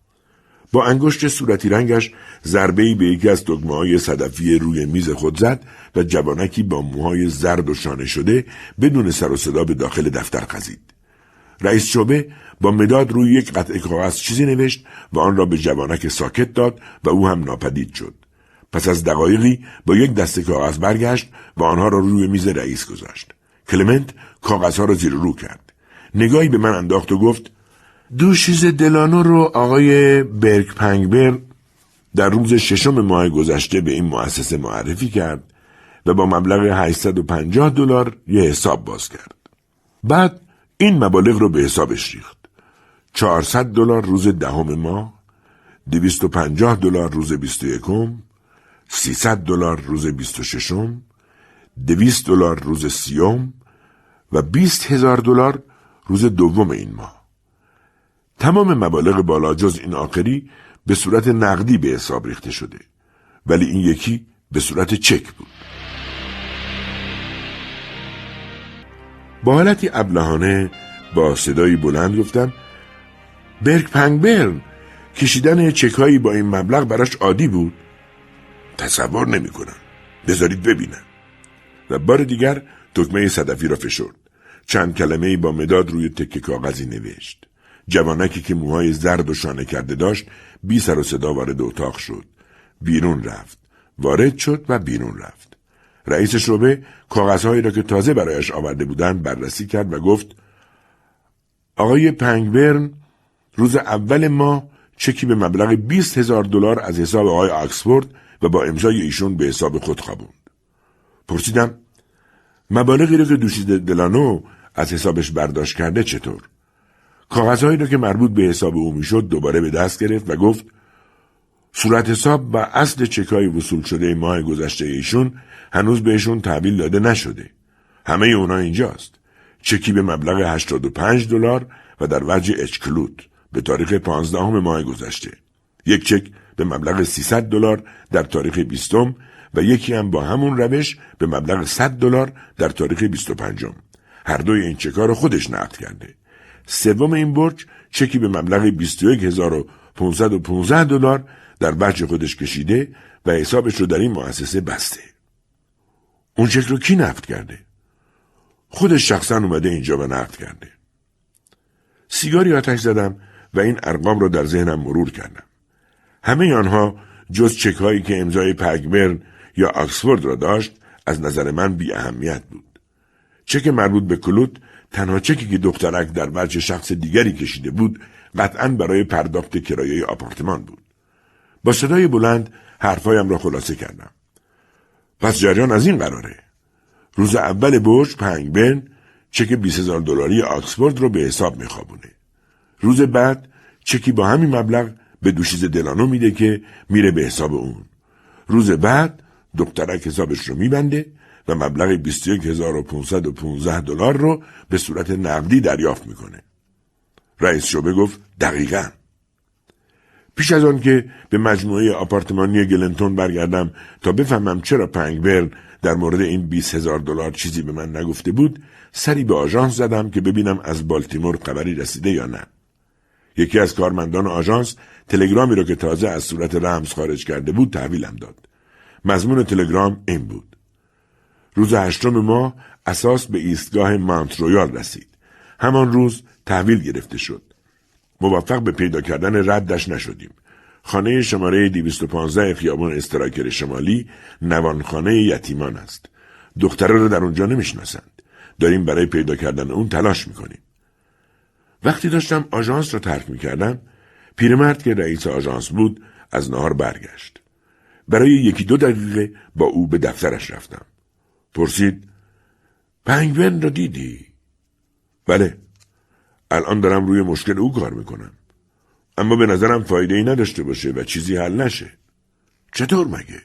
با انگشت صورتی رنگش ضربه‌ای به یکی از دکمه‌های صدفی روی میز خود زد و جوانکی با موهای زرد و شانه شده بدون سر و صدا به داخل دفتر خزید. رئیس شعبه با مداد روی یک قطعه کاغذ چیزی نوشت و آن را به جوانک ساکت داد و او هم ناپدید شد. پس از دقایقی با یک دسته کاغذ برگشت و آنها را روی میز رئیس گذاشت. کلمنت کاغذها را زیر رو کرد. نگاهی به من انداخت و گفت دوشیز دلانو رو آقای برک پنگبرن در روز ششم ماه گذشته به این مؤسسه معرفی کرد و با مبلغ هشتصد و پنجاه دلار یه حساب باز کرد. بعد این مبالغ رو به حسابش ریخت. چهارصد دلار روز دهم ماه، دویست و پنجاه دلار روز بیست و یکم، سیصد دلار روز بیست و ششم، دویست دلار روز سیوم و بیست هزار دلار روز دوم این ماه. تمام مبالغ بالا جز این آخری به صورت نقدی به حساب ریخته شده، ولی این یکی به صورت چک بود. با حالتی ابلهانه با صدایی بلند گفتم: برگ پنگبرن، کشیدن چکایی با این مبلغ براش عادی بود؟ تصور نمی کنم. بذارید ببینم. و بار دیگر دکمه صدفی را فشرد. چند کلمه‌ای با مداد روی تکه کاغذی نوشت. جوانکی که موهای زرد و شانه کرده داشت بی سر و صدا وارد اتاق شد. بیرون رفت. وارد شد و بیرون رفت. رئیس شعبه کاغذهایی را که تازه برایش آورده بودند بررسی کرد و گفت: آقای پنگبرن روز اول ماه چکی به مبلغ بیست هزار دلار از حساب آقای آکسفورد و با امضای ایشون به حساب خود خوابوند. پرسیدم: مبالغی را که دوشیزه دلانو از حسابش برداشت کرده چطور؟ کاغذهایی را که مربوط به حساب او میشد دوباره به دست گرفت و گفت: صورت حساب و اصل چکای وصول شده ماه گذشته ایشون هنوز بهشون تحویل داده نشده. همه اونا اینجاست. چکی به مبلغ هشتاد و پنج دلار و در وجه اچکلوت به تاریخ پانزدهم ماه گذشته. یک چک به مبلغ سیصد دلار در تاریخ بیستم و یکی هم با همون روش به مبلغ صد دلار در تاریخ بیست و پنجم. هر دوی این چکا رو خودش نقد کرده. سوم این برج چکی به مبلغ بیست و یک هزار و پانصد و پانزده دلار در وجه خودش کشیده و حسابش رو در این مؤسسه بسته. اون چک رو کی نقد کرده؟ خودش شخصا اومده اینجا و نقد کرده. سیگاری آتش زدم و این ارقام رو در ذهنم مرور کردم. همه آنها جز چک‌هایی که امضای پنگبرن یا آکسفورد را داشت از نظر من بی اهمیت بود. چک مربوط به کلوت، تنها چکی که دخترک در وجه شخص دیگری کشیده بود، قطعاً برای پرداخت کرایه آپارتمان بود. با صدای بلند حرفایم را خلاصه کردم. پس جریان از این قراره: روز اول برج پنگبرن چک بیست هزار دلاری آکسفورد رو به حساب میخوابونه. روز بعد چکی با همین مبلغ به دوشیزه دلانو میده که میره به حساب اون. روز بعد دخترک حسابش رو میبنده و مبلغ بیست و یک هزار و پانصد و پانزده دلار رو به صورت نقدی دریافت میکنه. رئیس شعبه گفت: دقیقاً. پیش از آن که به مجموعه آپارتمانی گلنتون برگردم تا بفهمم چرا پنگبرن در مورد این بیست هزار دلار چیزی به من نگفته بود، سری به آژانس زدم که ببینم از بالتیمور خبری رسیده یا نه. یکی از کارمندان آژانس تلگرامی را که تازه از صورت رمز خارج کرده بود تحویلم داد. مضمون تلگرام این بود: روز هشتم ماه اساس به ایستگاه مانت رویال رسید. همان روز تحویل گرفته شد. موفق به پیدا کردن ردش نشدیم. خانه شماره دویست و پانزده خیابان استراکر شمالی نوانخانه یتیمان است. دختره را در اونجا نمیشناسند. داریم برای پیدا کردن اون تلاش میکنیم. وقتی داشتم آژانس را ترک میکردم، پیرمرد که رئیس آژانس بود از نهار برگشت. برای یکی دو دقیقه با او به دفترش رفتم. پرسید: پنگبرن را دیدی؟ بله. الان دارم روی مشکل او کار میکنم. اما به نظرم فایده ای نداشته باشه و چیزی حل نشه. چطور مگه؟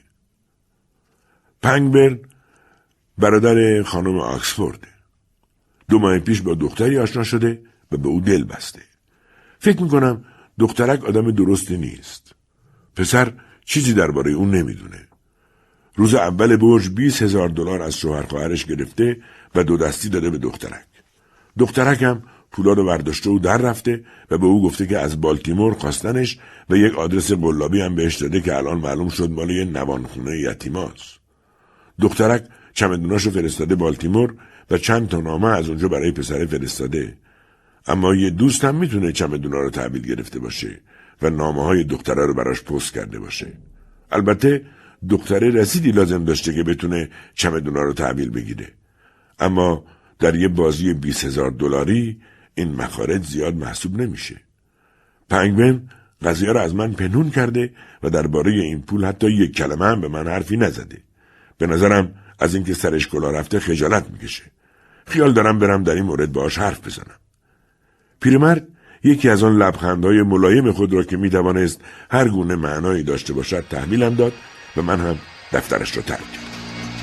پنگبرن برادر خانم آکسفورده. دو ماه پیش با دختری آشنا شده و به او دل بسته. فکر میکنم دخترک آدم درستی نیست. پسر چیزی درباره اون نمیدونه. روز اول برج بیست هزار دلار از شوهر خواهرش گرفته و دو دستی داده به دخترک. دخترک هم پولا رو برداشته و در رفته و به او گفته که از بالتیمور خواستنش و یک آدرس قلابی هم بهش داده که الان معلوم شد مال یه نوانخونه یتیماست. دخترک چمدوناشو فرستاده بالتیمور و چند تا نامه از اونجا برای پسر فرستاده. اما یه دوست هم میتونه چمدونا رو تحویل گرفته باشه و نامه های دختره رو براش پست کرده باشه. البته دختره رسیدی لازم داشته که بتونه چمدونا رو تحویل بگیره. اما در یه بازی بیست هزار دلاری این مخارج زیاد محسوب نمیشه. پنگبرن قضیه رو از من پنهون کرده و درباره این پول حتی یک کلمه هم به من حرفی نزده. به نظرم از اینکه سرش کلا رفته خجالت میکشه. خیال دارم برم در این مورد باهاش حرف بزنم. پیرمرد یکی از آن لبخندهای ملایم خود را که میتوانست هر گونه معنایی داشته باشد تحویلم داد و من هم دفترش را ترک کردم.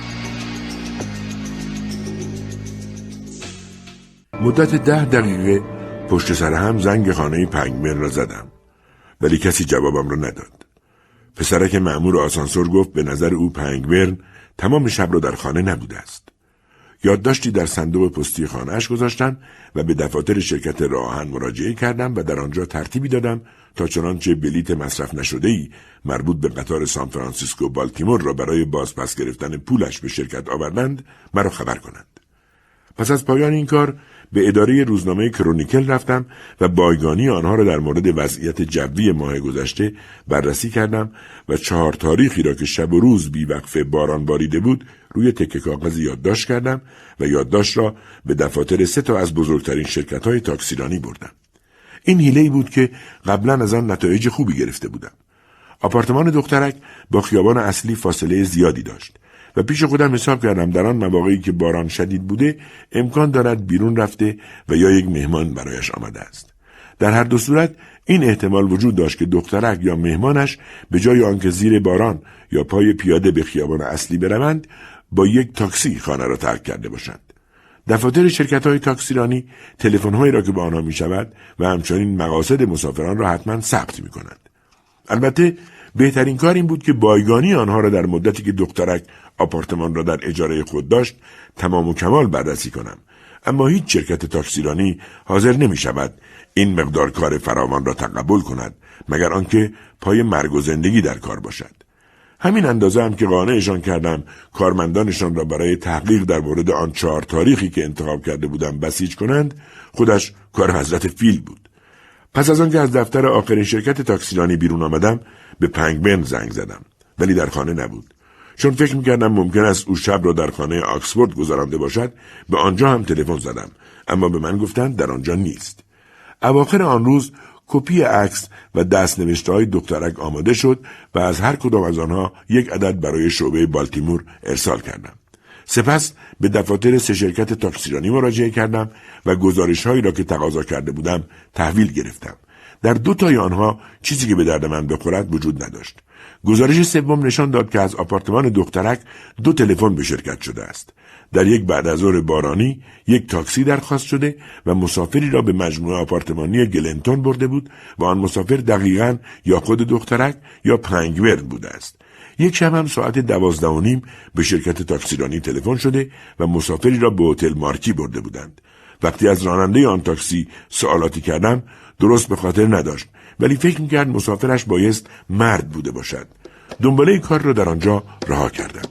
مدت ده دقیقه پشت سر هم زنگ خانه پنگبرن را زدم، ولی کسی جوابم را نداد. پسرک مأمور آسانسور گفت به نظر او پنگبرن تمام شب را در خانه نبوده است. یادداشتی در صندوق پستی خانه‌اش گذاشتم و به دفاتر شرکت راه آهن مراجعه کردم و در آنجا ترتیبی دادم تا چنانچه بلیت مصرف نشده‌ای مربوط به قطار سان فرانسیسکو بالتیمور را برای بازپس گرفتن پولش به شرکت آوردند مرا خبر کنند. پس از پایان این کار به اداره روزنامه کرونیکل رفتم و بایگانی آنها را در مورد وضعیت جوی ماه گذشته بررسی کردم و چهار تاریخی را که شب و روز بی‌وقفه باران باریده بود روی تکه کاغذ یادداشت کردم و یادداشت را به دفاتر سه تا از بزرگترین شرکت‌های تاکسیرانی بردم. این حیله‌ای بود که قبلا از آن نتایج خوبی گرفته بودم. آپارتمان دخترک با خیابان اصلی فاصله زیادی داشت و پیش خودم حساب کردم در آن مواقعی که باران شدید بوده امکان دارد بیرون رفته و یا یک مهمان برایش آمده است. در هر دو صورت این احتمال وجود داشت که دخترک یا مهمانش به جای آنکه زیر باران یا پای پیاده به خیابان اصلی بروند با یک تاکسی خانه را ترک کرده باشند. دفاتر شرکت‌های تاکسیرانی تلفن‌هایی را که با آنها می‌شود و همچنین مقاصد مسافران را حتما ثبت می‌کنند. البته بهترین کار این بود که بایگانی آنها را در مدتی که دخترک آپارتمان را در اجاره خود داشت تمام و کمال بررسی کنم، اما هیچ شرکت تاکسیرانی حاضر نمی شود این مقدار کار فراوان را تقبل کند مگر آنکه پای مرگ و زندگی در کار باشد. همین اندازه هم که قانعشان کردم کارمندانشان را برای تحقیق در مورد آن چهار تاریخی که انتخاب کرده بودم بسیج کنند خودش کار حضرت فیل بود. پس از آنکه از دفتر آخرین شرکت تاکسیرانی بیرون آمدم به پنگبرن زنگ زدم، ولی در خانه نبود. چون فکر می‌کردم ممکن است او شب را در خانه آکسفورد گذرانده باشد به آنجا هم تلفن زدم، اما به من گفتند در آنجا نیست. اواخر آن روز کپی عکس و دست‌نوشته‌های دخترک آماده شد و از هر کدام از آنها یک عدد برای شعبه بالتیمور ارسال کردم. سپس به دفاتر سه شرکت تاکسیرانی مراجعه کردم و گزارش‌هایی را که تقاضا کرده بودم تحویل گرفتم. در دو تای آنها چیزی که به درد من بخورد وجود نداشت. گزارش سوم نشان داد که از آپارتمان دخترک دو تلفن به شرکت شده است. در یک بعد از ظهر بارانی یک تاکسی درخواست شده و مسافری را به مجموعه آپارتمانی گلنتون برده بود و آن مسافر دقیقاً یا خود دخترک یا پنگبرن بوده است. یک شب هم ساعت دوازده و نیم به شرکت تاکسیرانی تلفن شده و مسافری را به هتل مارکی برده بودند. وقتی از راننده آن تاکسی سوالاتی کردم درست به خاطر نداشت، ولی فکر می‌کرد مسافرش بایست مرد بوده باشد. دنباله کار را در آنجا رها کردم.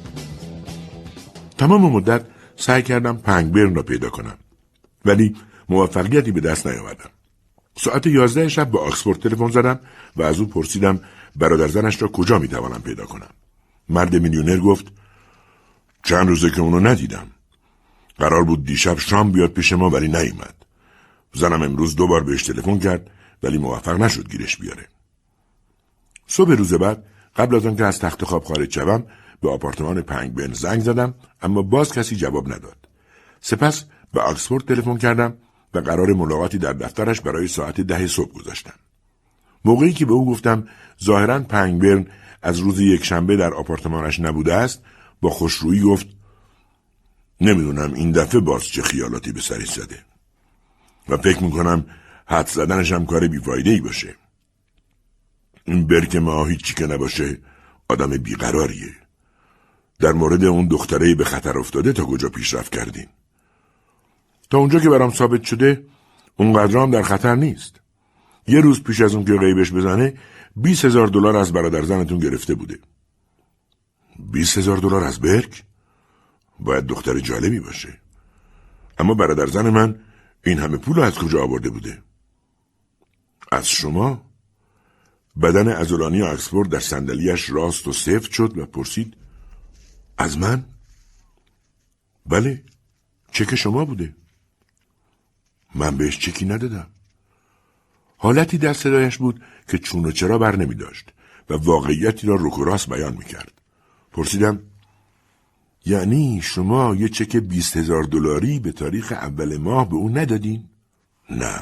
تمام مدت سعی کردم پنگبرن را پیدا کنم، ولی موفقیتی به دست نیاوردم. ساعت یازده شب به آکسفورد تلفن زدم و از او پرسیدم برادرزنش را کجا میتوانم پیدا کنم. مرد میلیونر گفت چند روزه که اونو ندیدم. قرار بود دیشب شام بیاد پیش ما ولی نیامد. زنم امروز دو بار بهش تلفن کرد ولی موفق نشد گیرش بیاره. صبح روز بعد قبل از آنکه از تخت خواب خارج شوم به آپارتمان پنگبرن زنگ زدم، اما باز کسی جواب نداد. سپس به آکسفورد تلفن کردم و قرار ملاقاتی در دفترش برای ساعت ده صبح گذاشتم. موقعی که به او گفتم ظاهراً پنگبرن از روز یک شنبه در آپارتمانش نبوده است، با خوشرویی گفت نمیدونم این دفعه باز چه خیالاتی به سرش زده و فکر میکنم حد زدنش هم کار بیفایده‌ای باشه. این برک ما هیچی که نباشه آدم بیقراریه. در مورد اون دختره به خطر افتاده تا کجا پیشرفت کردین؟ تا اونجا که برام ثابت شده اونقدر هم در خطر نیست. یه روز پیش از اون که غیبش بزنه بیس هزار دلار از برادر زنتون گرفته بوده. بیس هزار دلار از برک؟ باید دختر جالبی باشه. اما برادر زن من این همه پول از کجا آورده بوده؟ از شما؟ بدن عضلانی آکسفورد در صندلیاش راست و سفت شد و پرسید از من؟ بله، چک شما بوده. من بهش چکی ندادم. حالتی در صدایش بود که چون و چرا بر نمی داشت و واقعیتی را رک و راست بیان می کرد. پرسیدم یعنی شما یه چک بیست هزار دلاری به تاریخ اول ماه به اون ندادین؟ نه.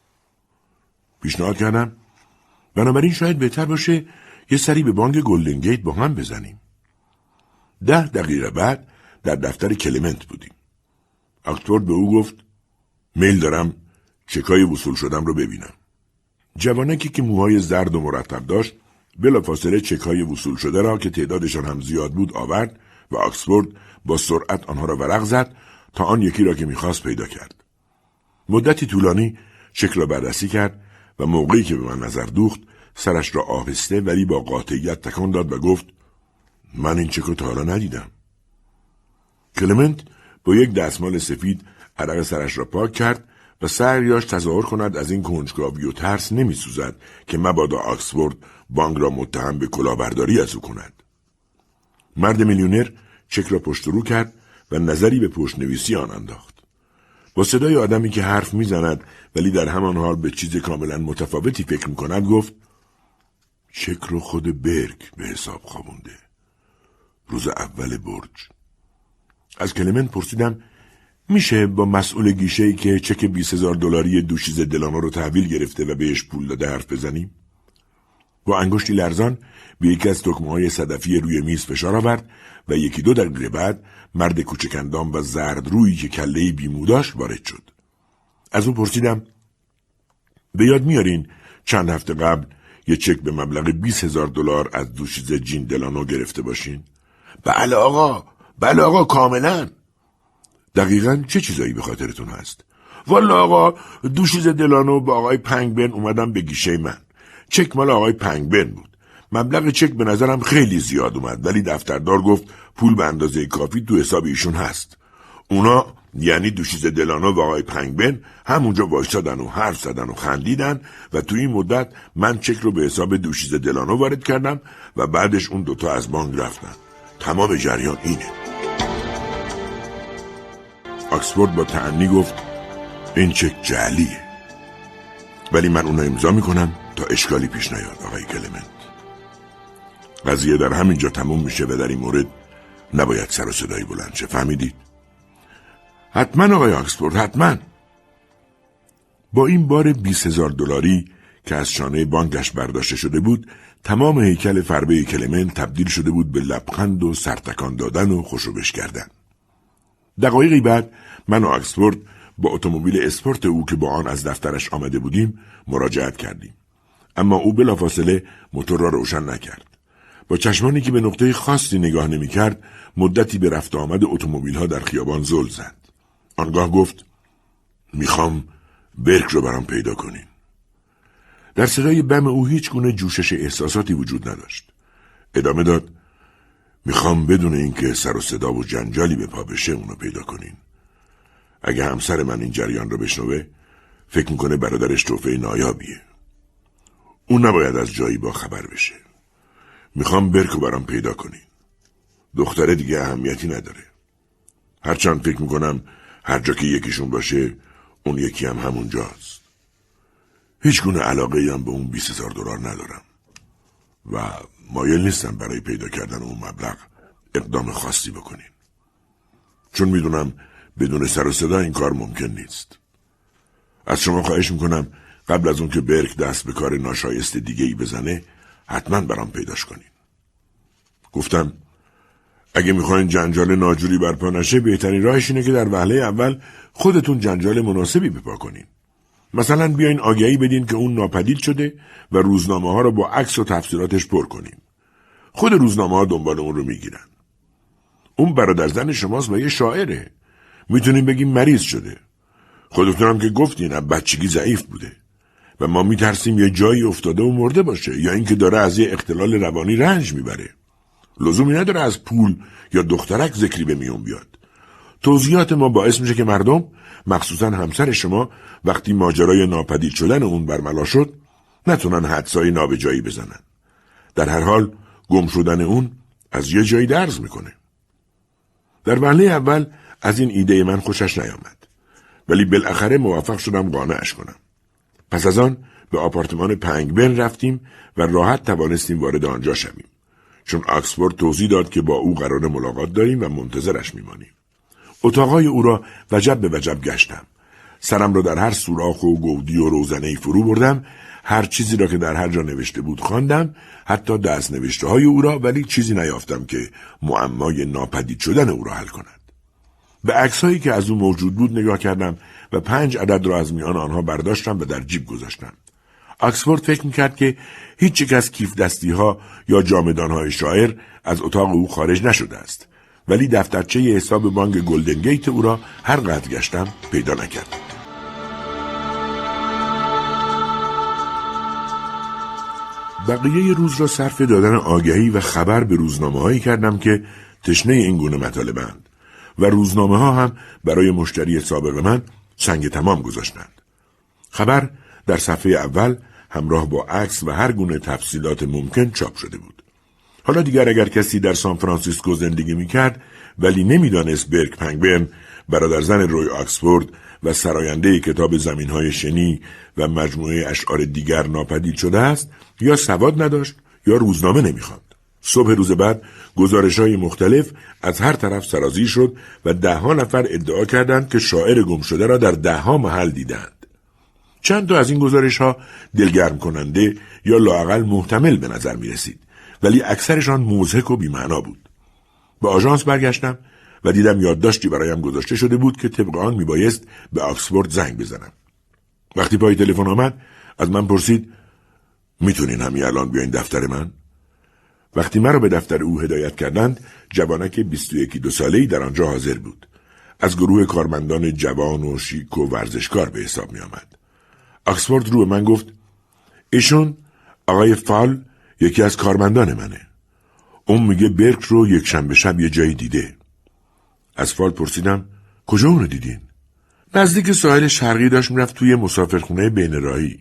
پیشنهاد کردم بنابراین شاید بهتر باشه یه سری به بانک گلدن گیت با هم بزنیم. ده دقیقه بعد در دفتر کلمنت بودیم. آکسفورد به او گفت میل دارم چکای وصول شدم رو ببینم. جوانکی که موهای زرد و مرتب داشت بلافاصله چکای وصول شده را که تعدادشان هم زیاد بود آورد و آکسفورد با سرعت آنها را ورق زد تا آن یکی را که میخواست پیدا کرد. مدتی طولانی چک را بررسی کرد و موقعی که به من نظر دوخت سرش را آهسته ولی با قاطعیت تکان داد و گفت من این چک را تا حالا ندیدم. کلمنت با یک دستمال سفید عرق سرش را پاک کرد و سعیش تظاهر کند از این کنجکاوی و ترس نمی سوزد که مبادا آکسفورد بانک را متهم به کلاهبرداری از او کند. مرد میلیونر چک را پشت رو کرد و نظری به پشت نویسی آن انداخت. با صدای آدمی که حرف می زند ولی در همان حال به چیز کاملا متفاوتی فکر می کند گفت چک رو خود برگ به حساب خوابونده. روز اول برج. از کلمنت پرسیدم میشه با مسئول گیشه‌ای که چک بیست هزار دلاری دوشیز دلانو رو تحویل گرفته و بهش پول داده حرف بزنیم؟ با انگشتی لرزان به یکی از تکمه‌های صدفی روی میز فشار آورد و یکی دو دقیقه بعد مرد کوچکندام و زرد رویی که کله‌ای بیمو داشت وارد شد. از او پرسیدم به یاد میارین چند هفته قبل یه چک به مبلغ بیست هزار دلار از دوشیز جین دلانو گرفته باشین؟ بله آقا، بله آقا کاملا. دقیقاً چه چیزایی به خاطرتون هست؟ والا آقا دوشیز دلانو با آقای پنگبن اومدم به گیشه من. چک مال آقای پنگبن بود. مبلغ چک به نظرم خیلی زیاد اومد ولی دفتردار گفت پول به اندازه کافی تو حساب ایشون هست. اونا یعنی دوشیز دلانو و آقای پنگبن همونجا وایسادن و حرف زدن و خندیدن و تو این مدت من چک رو به حساب دوشیز دلانو وارد کردم و بعدش اون دوتا از بانک رفتن. تمام جریان اینه. آکسفورد با تأنی گفت این چک جعلیه ولی من اونو امضا میکنم تا اشکالی پیش نیاد آقای کلمنت. قضیه در همینجا تموم میشه و در این مورد نباید سر و صدایی بلند شه. فهمیدید؟ حتما آقای آکسفورد حتما. با این بار بیست هزار دلاری که از شانه بانکش برداشته شده بود تمام هیکل فربه کلمنت تبدیل شده بود به لبخند و سرتکان دادن و خوشوبش کردن. دقایقی بعد من و آکسفورد با اتومبیل اسپورت او که با آن از دفترش آمده بودیم مراجعت کردیم. اما او بلافاصله موتور را روشن نکرد. با چشمانی که به نقطه خاصی نگاه نمی کرد مدتی به رفت آمد اتومبیل ها در خیابان زل زد. آنگاه گفت میخوام برگ رو برام پیدا کنین. در صدای بم او هیچ گونه جوشش احساساتی وجود نداشت. ادامه داد میخوام بدون اینکه سر و صدا و جنجالی به پا بشه اونو پیدا کنین. اگه همسر من این جریان رو بشنوه فکر میکنه برادرش تحفه نایابیه. اون نباید از جایی با خبر بشه. میخوام برکو برام پیدا کنین. دختره دیگه اهمیتی نداره. هرچند فکر میکنم هر جا که یکیشون باشه اون یکی هم همونجاست. هیچ گونه علاقه هم به اون بیست هزار دلار ندارم و مایل نیستم برای پیدا کردن اون مبلغ اقدام خاصی بکنین. چون میدونم بدون سر و صدا این کار ممکن نیست. از شما خواهش میکنم قبل از اون که برک دست به کار ناشایست دیگه ای بزنه حتما برام پیداش کنین. گفتم اگه میخواین جنجال ناجوری برپا نشه بهترین راهش اینه که در وهله اول خودتون جنجال مناسبی بپا کنین. مثلا بیاین آگهی بدین که اون ناپدید شده و روزنامه ها رو با عکس و تفسیراتش پر کنین. خود روزنامه ها دنبال اون رو میگیرن. اون برادر زن شماست و یه شاعره. میتونیم بگیم مریض شده. خودتونم که گفتین از بچگی ضعیف بوده و ما میترسیم یه جایی افتاده و مرده باشه یا اینکه داره از یه اختلال روانی رنج میبره. لزومی نداره از پول یا دخترک ذکری به میون بیاد. توضیحات ما باعث میشه که مردم مخصوصا همسر شما وقتی ماجرای ناپدید شدن اون برملا شد نتونن حدسای نابجایی بزنن. در هر حال گم شدن اون از یه جایی درز میکنه. در وهله اول از این ایده من خوشش نیامد ولی بالاخره موفق شدم قانعش کنم. پس از آن به آپارتمان پنگبن رفتیم و راحت توانستیم وارد آنجا شویم. چون آکسفورد توضیح داد که با او قرار ملاقات داریم و منتظرش میمانیم. اتاقای او را وجب به وجب گشتم. سرم را در هر سوراخ و گودی و روزنه‌ای فرو بردم، هر چیزی را که در هر جا نوشته بود خواندم، حتی دست نوشته های او را، ولی چیزی نیافتم که معمای ناپدید شدن او را حل کند. به عکسایی که از او موجود بود نگاه کردم و پنج عدد را از میان آنها برداشتم و در جیب گذاشتم. آکسفورد فکر میکرد که هیچ یک از کیف دستی ها یا جامدان های شاعر از اتاق او خارج نشده است، ولی دفترچه حساب بانک گلدن گیت او را هر قدر گشتم پیدا نکردم. بقیه روز را صرف دادن آگهی و خبر به روزنامه هایی کردم که تشنه این گونه مطالبند و روزنامه ها هم برای مشتری سابق من سنگ تمام گذاشتند. خبر در صفحه اول همراه با عکس و هر گونه تفصیلات ممکن چاپ شده بود. حالا دیگر اگر کسی در سان فرانسیسکو زندگی میکرد ولی نمیدانست برک پنگبرن برادر زن روی آکسفورد و سراینده کتاب زمینهای شنی و مجموعه اشعار دیگر ناپدید شده است، یا سواد نداشت یا روزنامه نمیخواند. صبح روز بعد گزارش‌های مختلف از هر طرف سرازیر شد و ده ها نفر ادعا کردند که شاعر گم شده را در ده ها محل دیدند. چند تا از این گزارش‌ها دلگرم کننده یا لااقل محتمل به نظر می رسید، ولی اکثرشان موضحک و بی‌معنا بود. به آژانس برگشتم و دیدم یادداشتی برایم گذاشته شده بود که طبق آن میبایست به آکسفورد زنگ بزنم. وقتی پای تلفن آمد از من پرسید میتونین همین الان بیاین دفتر من؟ وقتی مرا به دفتر او هدایت کردند، جوانک بیست و یک دو ساله‌ای در آنجا حاضر بود. از گروه کارمندان جوان و شیک و ورزشکار به حساب می آمد. آکسفورد رو به من گفت ایشون آقای فال یکی از کارمندان منه. اون میگه برک رو یک شنبه شب یه جایی دیده. از فال پرسیدم کجا اونو دیدین؟ نزدیک ساحل شرقی داشت میرفت توی مسافرخونه بین راهی.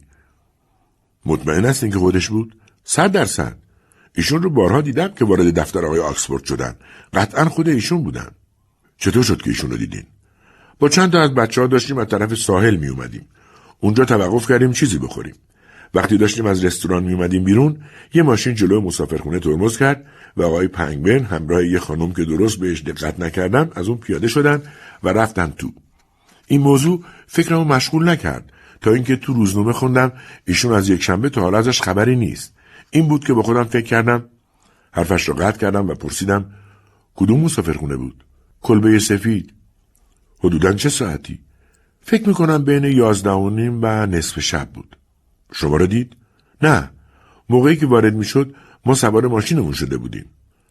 مطمئن هستین که خودش بود؟ صد درصد. ایشون رو بارها دیدم که وارد دفتر آقای آکسفورد شدن. قطعا خود ایشون بودن. چطور شد که ایشون رو دیدین؟ با چند تا از بچه‌ها داشتیم از طرف ساحل می اومدیم. اونجا توقف کردیم چیزی بخوریم. وقتی داشتیم از رستوران می اومدیم بیرون، یه ماشین جلوی مسافرخونه ترمز کرد و آقای پنگبرن همراه یه خانم که درست بهش دقت نکردم از اون پیاده شدن و رفتن تو. این موضوع فکرمو مشغول نکرد تا اینکه تو روزنامه خوندم ایشون از یک شنبه تا حالا ازش خبری نیست. این بود که با خودم فکر کردم. حرفش رو قطع کردم و پرسیدم کدوم مسافرخونه بود؟ کلبه سفید. حدوداً چه ساعتی؟ فکر میکنم بین یازده و نیم و نصف شب بود. شما رو دید؟ نه. موقعی که وارد میشد ما سوار ماشینمون شده بودیم.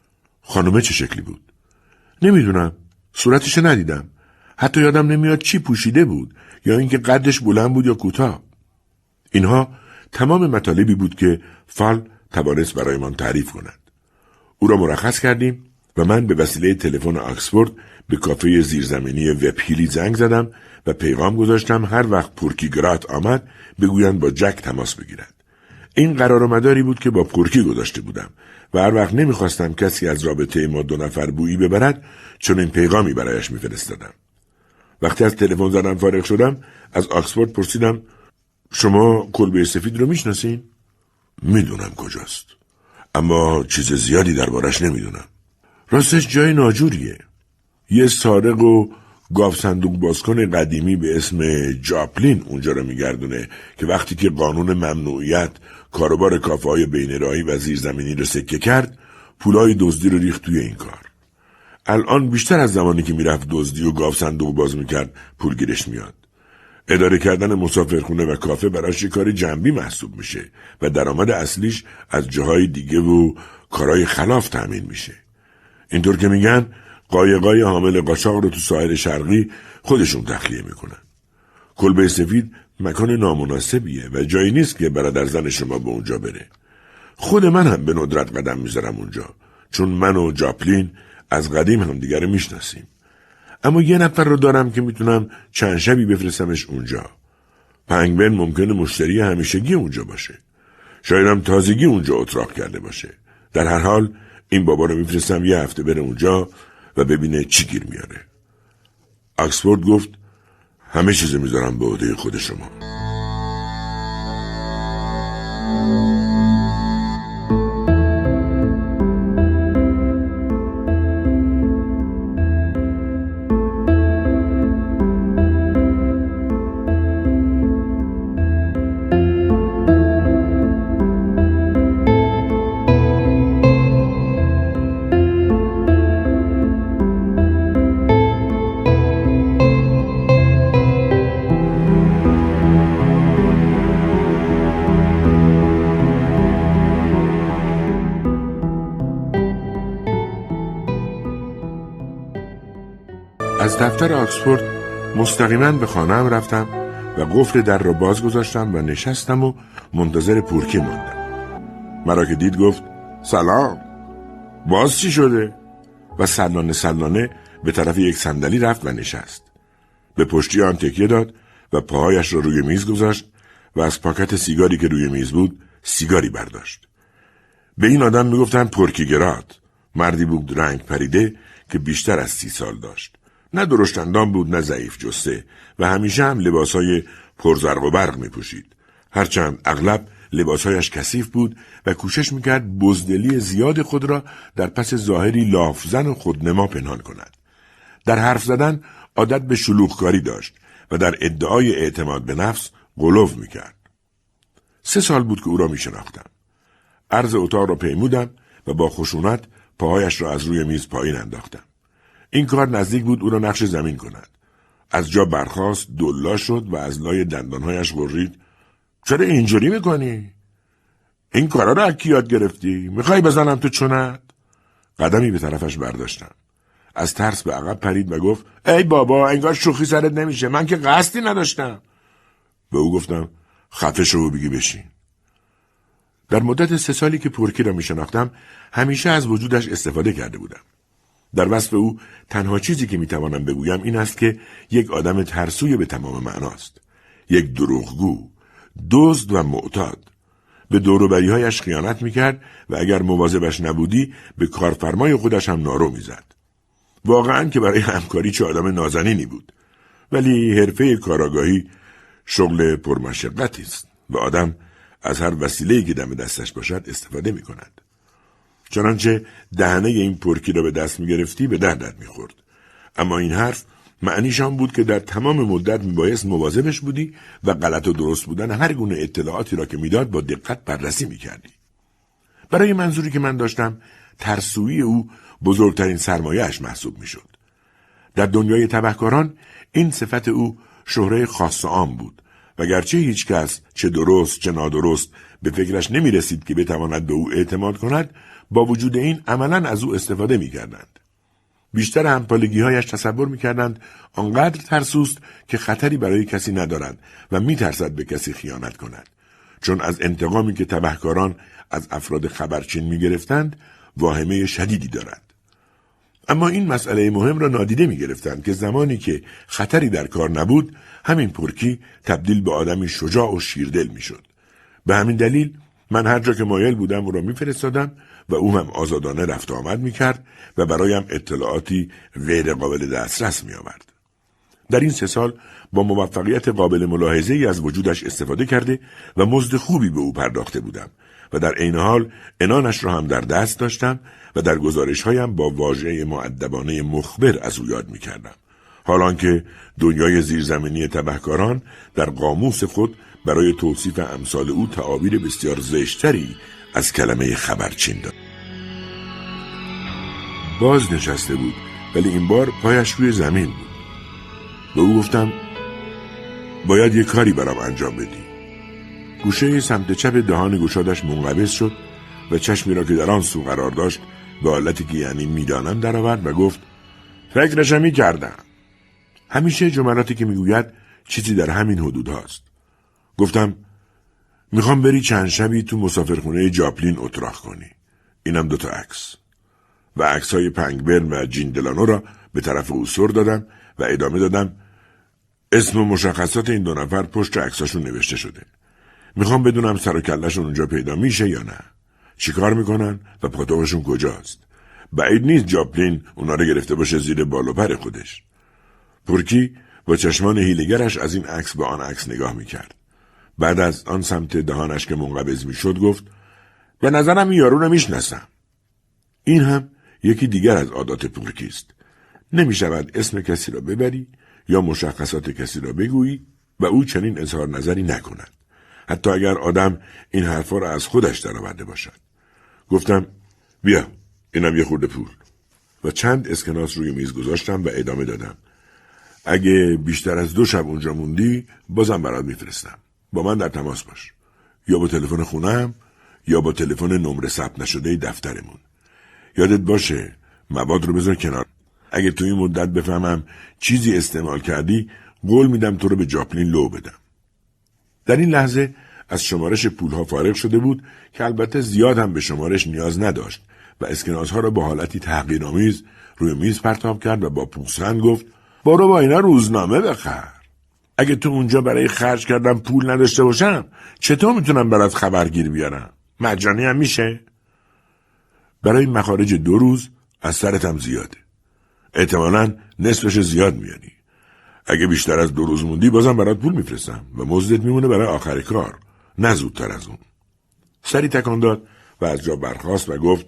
خانومه چه شکلی بود؟ نمیدونم. صورتش ندیدم. حتی یادم نمیاد چی پوشیده بود یا اینکه قدش بلند بود یا کوتاه. اینها تمام مطالبی بود که فال توانست برایمان تعریف کند. او را مرخص کردیم و من به وسیله تلفن آکسفورد به کافه زیرزمینی وبهیلی زنگ زدم و پیغام گذاشتم هر وقت پورکی گرات آمد بگویند با جک تماس بگیرد. این قرار و مداری بود که با پورکی گذاشته بودم و هر وقت نمیخواستم کسی از رابطه ما دو نفر بویی ببرد چون این پیغامی برایش میفرستادم. وقتی از تلفن زدن فارغ شدم از آکسفورد پرسیدم شما کلبه سفید رو میشناسین؟ میدونم کجاست، اما چیز زیادی دربارش نمیدونم. راستش جای ناجوریه. یه سارق و گاف صندوق بازکن قدیمی به اسم جاپلین اونجا رو میگردونه که وقتی که قانون ممنوعیت کاروبار کافه‌های بین راهی و زیرزمینی رو سکه کرد، پولای دزدی رو ریخت توی این کار. الان بیشتر از زمانی که میرفت دزدی و گاف صندوق باز میکرد پول گیرش میاد. اداره کردن مسافرخونه و کافه براش کار جنبی محسوب میشه و درآمد اصلیش از جاهای دیگه و کارهای خلاف تامین میشه. اینطور که میگن قایقای حامل قاچاق رو تو ساحل شرقی خودشون تخلیه میکنن. کلبه سفید مکان نامناسبیه و جایی نیست که برادر زن شما به اونجا بره. خود من هم به ندرت قدم میذارم اونجا چون من و جاپلین از قدیم هم دیگر میشناسیم. اما یه نفر رو دارم که میتونم چند شبی بفرستمش اونجا. پنگبرن ممکنه مشتری همیشگی اونجا باشه. شاید هم تازگی اونجا اتراق کرده باشه. در هر حال این بابا رو میفرستم یه هفته بره اونجا و ببینه چی گیر میاره. آکسفورد گفت همه چیز میذارم به عهده خود شما. از دفتر آکسفورد مستقیما به خانه‌ام رفتم و قفل در را باز گذاشتم و نشستم و منتظر پورکی ماندم. مرا که دید گفت سلام، باز چی شده؟ و سلانه سلانه به طرف یک صندلی رفت و نشست. به پشتی آن تکیه داد و پاهایش را روی میز گذاشت و از پاکت سیگاری که روی میز بود سیگاری برداشت. به این آدم میگفتن پورکی گرات. مردی بود رنگ پریده که بیشتر از سی سال داشت. نه درشت اندام بود نه ضعیف جسته و همیشه هم لباسهای پرزرق و برق میپوشید. هرچند اغلب لباسهایش کثیف بود و کوشش میکرد بزدلی زیاد خود را در پس ظاهری لافزن و خودنما پنهان کند. در حرف زدن عادت به شلوغکاری داشت و در ادعای اعتماد به نفس غلو میکرد. سه سال بود که او را میشناختم. عرض اتاق را پیمودم و با خشونت پاهایش را از روی میز پایین انداختم. این کار نزدیک بود او را نقش زمین کند. از جا برخاست، دلا شد و از لای دندانهایش غرید: چرا اینجوری میکنی؟ این کارا را از کی یاد گرفتی؟ میخوای بزنم تو چونت؟ قدمی به طرفش برداشتم. از ترس به عقب پرید و گفت: ای بابا، انگار شوخی سرت نمیشه، من که قصدی نداشتم. به او گفتم: خفه شو و بگی بشین. در مدت سه سالی که پورکی را میشناختم همیشه از وجودش استفاده کرده بودم. در وصف او تنها چیزی که میتوانم بگویم این است که یک آدم ترسوی به تمام معناست. یک دروغگو، دزد و معتاد. به دور و بری‌هایش خیانت میکرد و اگر مواظبش نبودی به کارفرمای خودش هم نارو میزد. واقعاً که برای همکاری چه آدم نازنینی بود. ولی حرفه کاراگاهی شغل پرمشقتی است و آدم از هر وسیله‌ای که دم دستش باشد استفاده میکند. چنانچه دهنه این پورکی را به دست میگرفتی به دردت میخورد. اما این حرف معنیش آن بود که در تمام مدت میبایست مواظبش بودی و غلط و درست بودن هر گونه اطلاعاتی را که میداد با دقت بررسی میکردی. برای منظوری که من داشتم، ترسویی او بزرگترین سرمایه‌اش محسوب میشد. در دنیای تبهکاران این صفت او شهره خاص عام بود و گرچه هیچ کس چه درست چه نادرست به فکرش نمی رسید که بتواند به او اعتماد کند، با وجود این عملاً از او استفاده می کردند. بیشتر همپالگی هایش تصور می کردند آنقدر ترسوست که خطری برای کسی ندارد و می ترسد به کسی خیانت کند، چون از انتقامی که تبهکاران از افراد خبرچین می گرفتند واهمه شدیدی دارد. اما این مسئله مهم را نادیده می گرفتند که زمانی که خطری در کار نبود، همین پورکی تبدیل به آدمی شجاع و شیردل می شد. به همین دلیل من هر جا که مایل بودم او را می فرستادم و او هم آزادانه رفت آمد می کرد و برایم اطلاعاتی غیر قابل دسترس می آورد. در این سه سال با موفقیت قابل ملاحظه‌ای از وجودش استفاده کرده و مزد خوبی به او پرداخته بودم و در عین حال عنانش را هم در دست داشتم و در گزارش‌هایم با واژه مؤدبانه مخبر از او یاد می‌کردم، حالان که دنیای زیرزمینی تبهکاران در قاموس خود برای توصیف امثال او تعابیر بسیار زشتری از کلمه خبرچین دارد. باز نشسته بود، ولی این بار پایش روی زمین بود. به او گفتم: باید یک کاری برام انجام بدی. گوشه سمت چپ دهان گشادش منقبض شد و چشمی را که در آن سو قرار داشت به حالتی که یعنی میدانم درآورد و گفت: فکرش می کردم. همیشه جملاتی که میگوید چیزی در همین حدود هاست. گفتم: میخوام بری چند شبی تو مسافرخونه جاپلین اتراق کنی. اینم دوتا عکس. و عکس‌های پنگبرن و جین دلانو را به طرف او سر دادم و ادامه دادم: اسم و مشخصات این دو نفر پشت عکساشون نوشته شده. میخوام بدونم سر و کله‌شون اونجا پیدا میشه یا نه. چیکار میکنن و پاتوقشون کجاست. بعید نیست جاپلین اونا رو گرفته باشه زیر بال و پر خودش. پورکی با چشمان حیله‌گرش از این عکس به آن عکس نگاه میکرد. بعد از آن سمت دهانش که منقبض میشد گفت: به نظرم این یارو رو میشناسم. این هم یکی دیگر از عادات پورکی است. نمیشود اسم کسی را ببری یا مشخصات کسی را بگویی و او چنین اظهار نظری نکند، حتی اگر آدم این حرفا را از خودش درآورده باشد. گفتم: بیا، اینم یه خورده پول. و چند اسکناس روی میز گذاشتم و ادامه دادم: اگه بیشتر از دو شب اونجا موندی بازم برات میفرستم. با من در تماس باش، یا با تلفن خونم یا با تلفن نمره ثبت نشده دفترمون. یادت باشه مواد رو بذار کنار. اگه تو این مدت بفهمم چیزی استعمال کردی، قول میدم تو رو به جاپلین لو بدم. در این لحظه از شمارش پولها فارغ شده بود که البته زیاد هم به شمارش نیاز نداشت و اسکناسها را با حالتی تحقیرآمیز روی میز پرتاب کرد و با پوزخند گفت برو با اینا روزنامه بخر. اگه تو اونجا برای خرج کردن پول نداشته باشم چطور میتونم برات خبرگیر بیارم؟ مجانی هم میشه؟ برای مخارج دو روز از سرتم زیاده. احتمالاً نصفش زیاد میاری. اگه بیشتر از دو روز موندی بازم برات پول میفرستم و مزدت میمونه برای آخر کار، نه زودتر از اون. سری تکان داد و از جا برخاست و گفت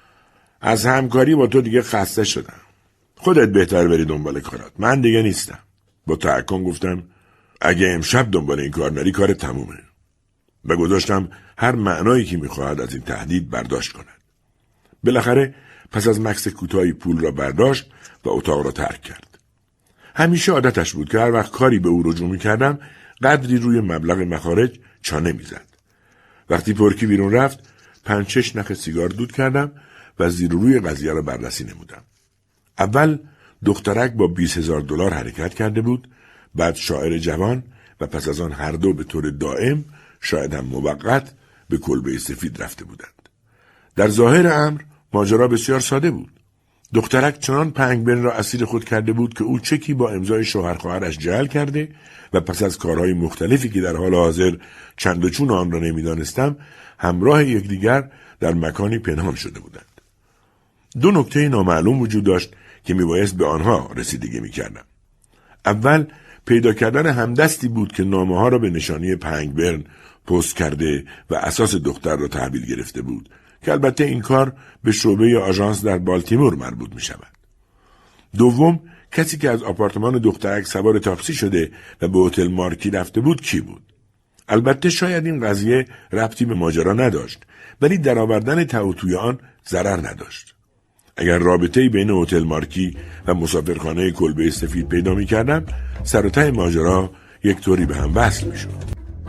از همکاری با تو دیگه خسته شدم. خودت بهتر بری دنبال کارات. من دیگه نیستم. با تحکم گفتم اگه امشب دنبال این کار نری کارت تمومه. و گذاشتم هر معنایی که میخواهد از این تهدید برداشت کند. بالاخره پس از مکث کوتاهی پول را برداشت و اتاق را ترک کرد. همیشه عادتش بود که هر وقت کاری به او رجوع می‌کردم قدری روی مبلغ مخارج چانه می‌زد. وقتی پورکی بیرون رفت پنج شش نخ سیگار دود کردم و زیر و روی قضیه را بررسی نمودم. اول دخترک با بیست هزار دلار حرکت کرده بود، بعد شاعر جوان و پس از آن هر دو به طور دائم شاید هم موقت به کلبه سفید رفته بودند. در ظاهر امر ماجرا بسیار ساده بود. دخترک چنان پنگبرن را اسیر خود کرده بود که او چکی با امضای شوهر خواهرش جعل کرده و پس از کارهای مختلفی که در حال حاضر چند و چون آن را نمیدانستم همراه یکدیگر در مکانی پنهان شده بودند. دو نکته نامعلوم وجود داشت که میبایست به آنها رسیدگی میکردم. اول پیدا کردن همدستی بود که نامه ها را به نشانی پنگبرن پست کرده و اساس دختر را تحویل گرفته بود که البته این کار به شعبه آژانس در بالتیمور مربوط می شود. دوم، کسی که از آپارتمان دخترک سوار تاکسی شده و به هتل مارکی رفته بود کی بود؟ البته شاید این قضیه ربطی به ماجرا نداشت، ولی درآوردن توی آن ضرر نداشت. اگر رابطه‌ای بین هتل مارکی و مسافرخانه کلبه سفید پیدا می کردم، سر و ته ماجرا یک طوری به هم وصل می شد.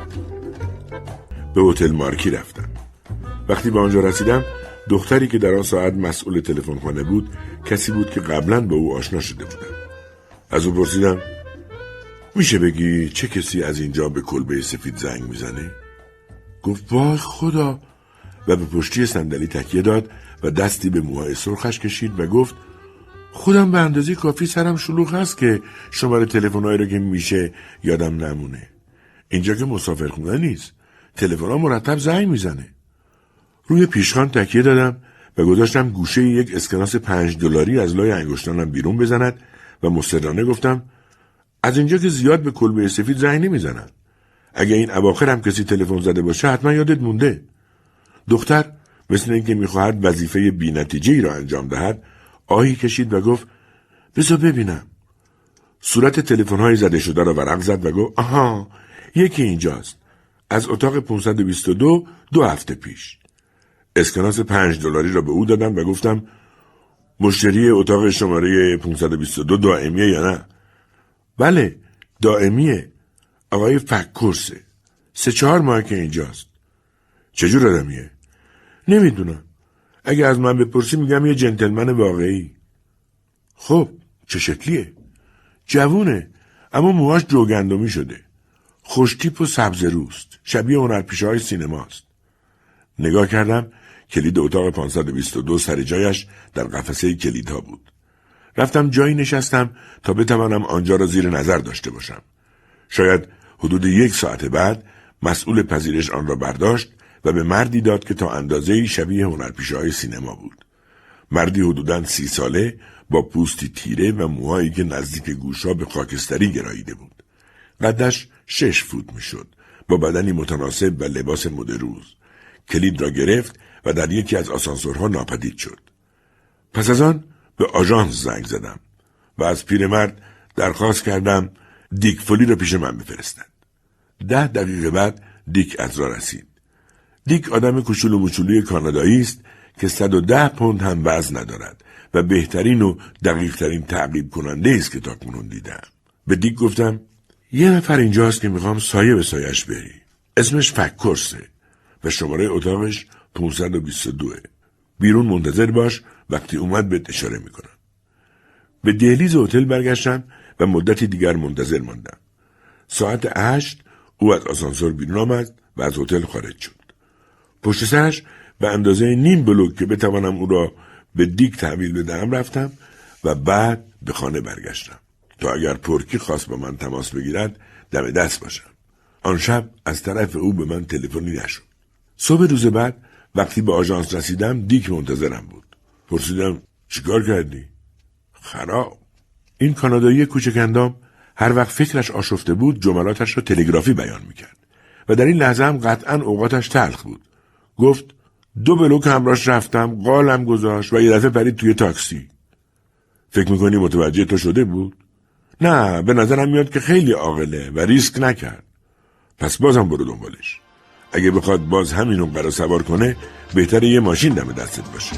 به هتل مارکی رفتم. وقتی به آنجا رسیدم، دختری که در آن ساعت مسئول تلفنخانه بود، کسی بود که قبلا با او آشنا شده بودم. از او پرسیدم میشه بگی چه کسی از اینجا به کلبه سفید زنگ میزنه؟ گفت وای خدا و به پشتی صندلی تکیه داد و دستی به موهای سرخش کشید و گفت خودم به اندازه کافی سرم شلوغ هست که شماره تلفن‌هایی رو که میشه یادم نمونه. اینجا که مسافرخونه نیست. تلفن‌ها مرتب زنگ میزنه. روی پیشخوان تکیه دادم و گذاشتم گوشه یک اسکناس پنج دلاری از لای انگشتانم بیرون بزند و مصرانه گفتم از اینجا که زیاد به کلبه سفید زنگ نمیزنن. اگه این اواخر هم کسی تلفن زده باشه حتما یادت مونده. دختر مثل اینکه میخواهد وظیفه بی‌نتیجه‌ای را انجام دهد آهی کشید و گفت بذار ببینم. صورت تلفن‌های زده شده را ورق زد و گفت آها یکی اینجاست. از اتاق پانصد و بیست و دو دو هفته پیش. اسکناس پنج دلاری را به او دادم و گفتم مشتری اتاق شماره پانصد و بیست و دو دائمیه یا نه؟ بله دائمیه. آقای فکرسه. سه چهار ماه که اینجاست. چجور آدمیه؟ نمیدونم. اگه از من بپرسی میگم یه جنتلمن واقعی. خب چه شکلیه؟ جوونه اما موهاش جوگندمی شده. خوشتیپ و سبز روست. شبیه هنرپیشه‌های سینماست. نگاه کردم کلید اتاق پانصد و بیست و دو سر جایش در قفسه کلیدها بود. رفتم جایی نشستم تا بتوانم آنجا را زیر نظر داشته باشم. شاید حدود یک ساعت بعد مسئول پذیرش آن را برداشت و به مردی داد که تا اندازه‌ای شبیه هنرپیشه‌های سینما بود. مردی حدوداً سی ساله با پوستی تیره و موهایی که نزدیک گوشها به خاکستری گراییده بود. قدش شش فوت میشد با بدنی متناسب و لباس مد روز. کلید را گرفت و در یکی از آسانسورها ناپدید شد. پس از آن به آژانس زنگ زدم و از پیرمرد درخواست کردم دیک فولی را پیش من بفرستند. ده دقیقه بعد دیک از راه رسید. دیک آدم کوچولو موچولوی کانادایی است که صد و ده پوند هم وزن ندارد و بهترین و دقیق ترین تعقیب کننده است که تاکنون دیدم. به دیک گفتم یه نفر اینجاست که میخوام سایه به سایش بری. اسمش فکرسه و شماره اتاقش پانصد و بیست و دو. بیرون منتظر باش، وقتی اومد بهت اشاره میکنم. به دهلیز هتل برگشتم و مدتی دیگر منتظر ماندم. ساعت هشت او از آسانسور بیرون آمد و از هتل خارج شد. پشت سرش به اندازه نیم بلوک که بتوانم او را به دیگ تحویل بدهم رفتم و بعد به خانه برگشتم تا اگر پورکی خواست با من تماس بگیرد دم دست باشم. آن شب از طرف او به من تلفنی نشد. صبح روز بعد وقتی به آژانس رسیدم دیک منتظرم بود. پرسیدم چیکار کردی؟ خراب. این کانادایی کوچک اندام هر وقت فکرش آشفته بود جملاتش را تلگرافی بیان میکرد و در این لحظه هم قطعاً اوقاتش تلخ بود. گفت دو بلوک همراهش رفتم، قالم گذاشت و یه دفعه پرید توی تاکسی. فکر میکنی متوجه تو شده بود؟ نه، به نظرم میاد که خیلی عاقله و ریسک نکرد. پس بازم برو دنبالش. اگه بخواد باز همینو قرار سوار کنه بهتره یه ماشین دم دستت باشه.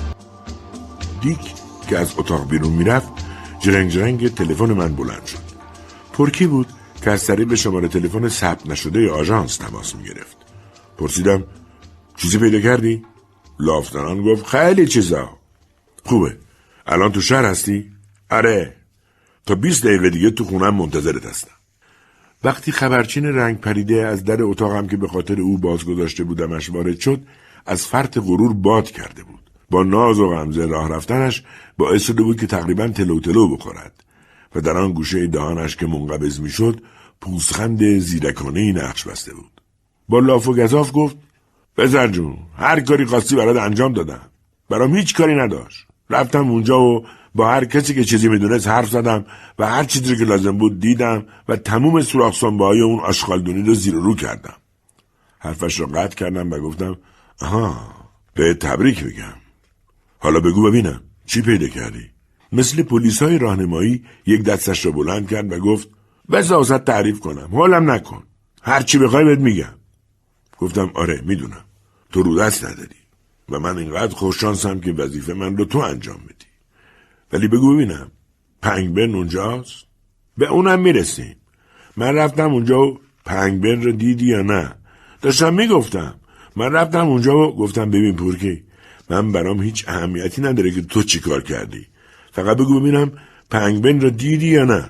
دیک که از اتاق بیرون میرفت جرنگ جرنگ تلفن من بلند شد. پورکی بود که از طریق شماره تلفن ثبت نشده آژانس تماس میگرفت. پرسیدم چیزی پیدا کردی؟ لافتنان گفت خیلی چیزا. خوبه. الان تو شهر هستی؟ آره. تا بیست دقیقه دیگه تو خونم منتظرت هستم. وقتی خبرچین رنگ پریده از در اتاقم که به خاطر او باز گذاشته بودمش وارد شد از فرط غرور باد کرده بود. با ناز و غمزه راه رفتنش باعث شده بود که تقریباً تلو تلو بخورد و در آن گوشه دهانش که منقبض میشد پوزخند زیرکانه‌ای نقش بسته بود. با لاف و گزاف گفت پسر جون هر کاری خواستی برات انجام دادم. برام هیچ کاری نداشت. رفتم اونجا و با هر کسی که چیزی میدونست حرف زدم و هر چیزی که لازم بود دیدم و تموم سوراخ سنبه‌های اون آشغالدونی رو زیر و رو کردم. حرفش رو قطع کردم و گفتم آها به تبریک میگم. حالا بگو ببینم چی پیدا کردی؟ مثل پلیسای راهنمایی یک دستش رو بلند کرد و گفت بذار واسط تعریف کنم، حالم نکن، هر چی بخوای بهت میگم. گفتم آره میدونم تو رو دست نداری و من اینقدر خوششانسم که وظیفه من رو تو انجام بدی. ولی بگو ببینم پنگبرن اونجاست؟ به اونم میرسیم. من رفتم اونجا و پنگبرن رو دیدی یا نه؟ داشتم میگفتم من رفتم اونجا و گفتم ببین پورکی من برام هیچ اهمیتی نداره که تو چی کار کردی، فقط بگو ببینم پنگبرن رو دیدی یا نه؟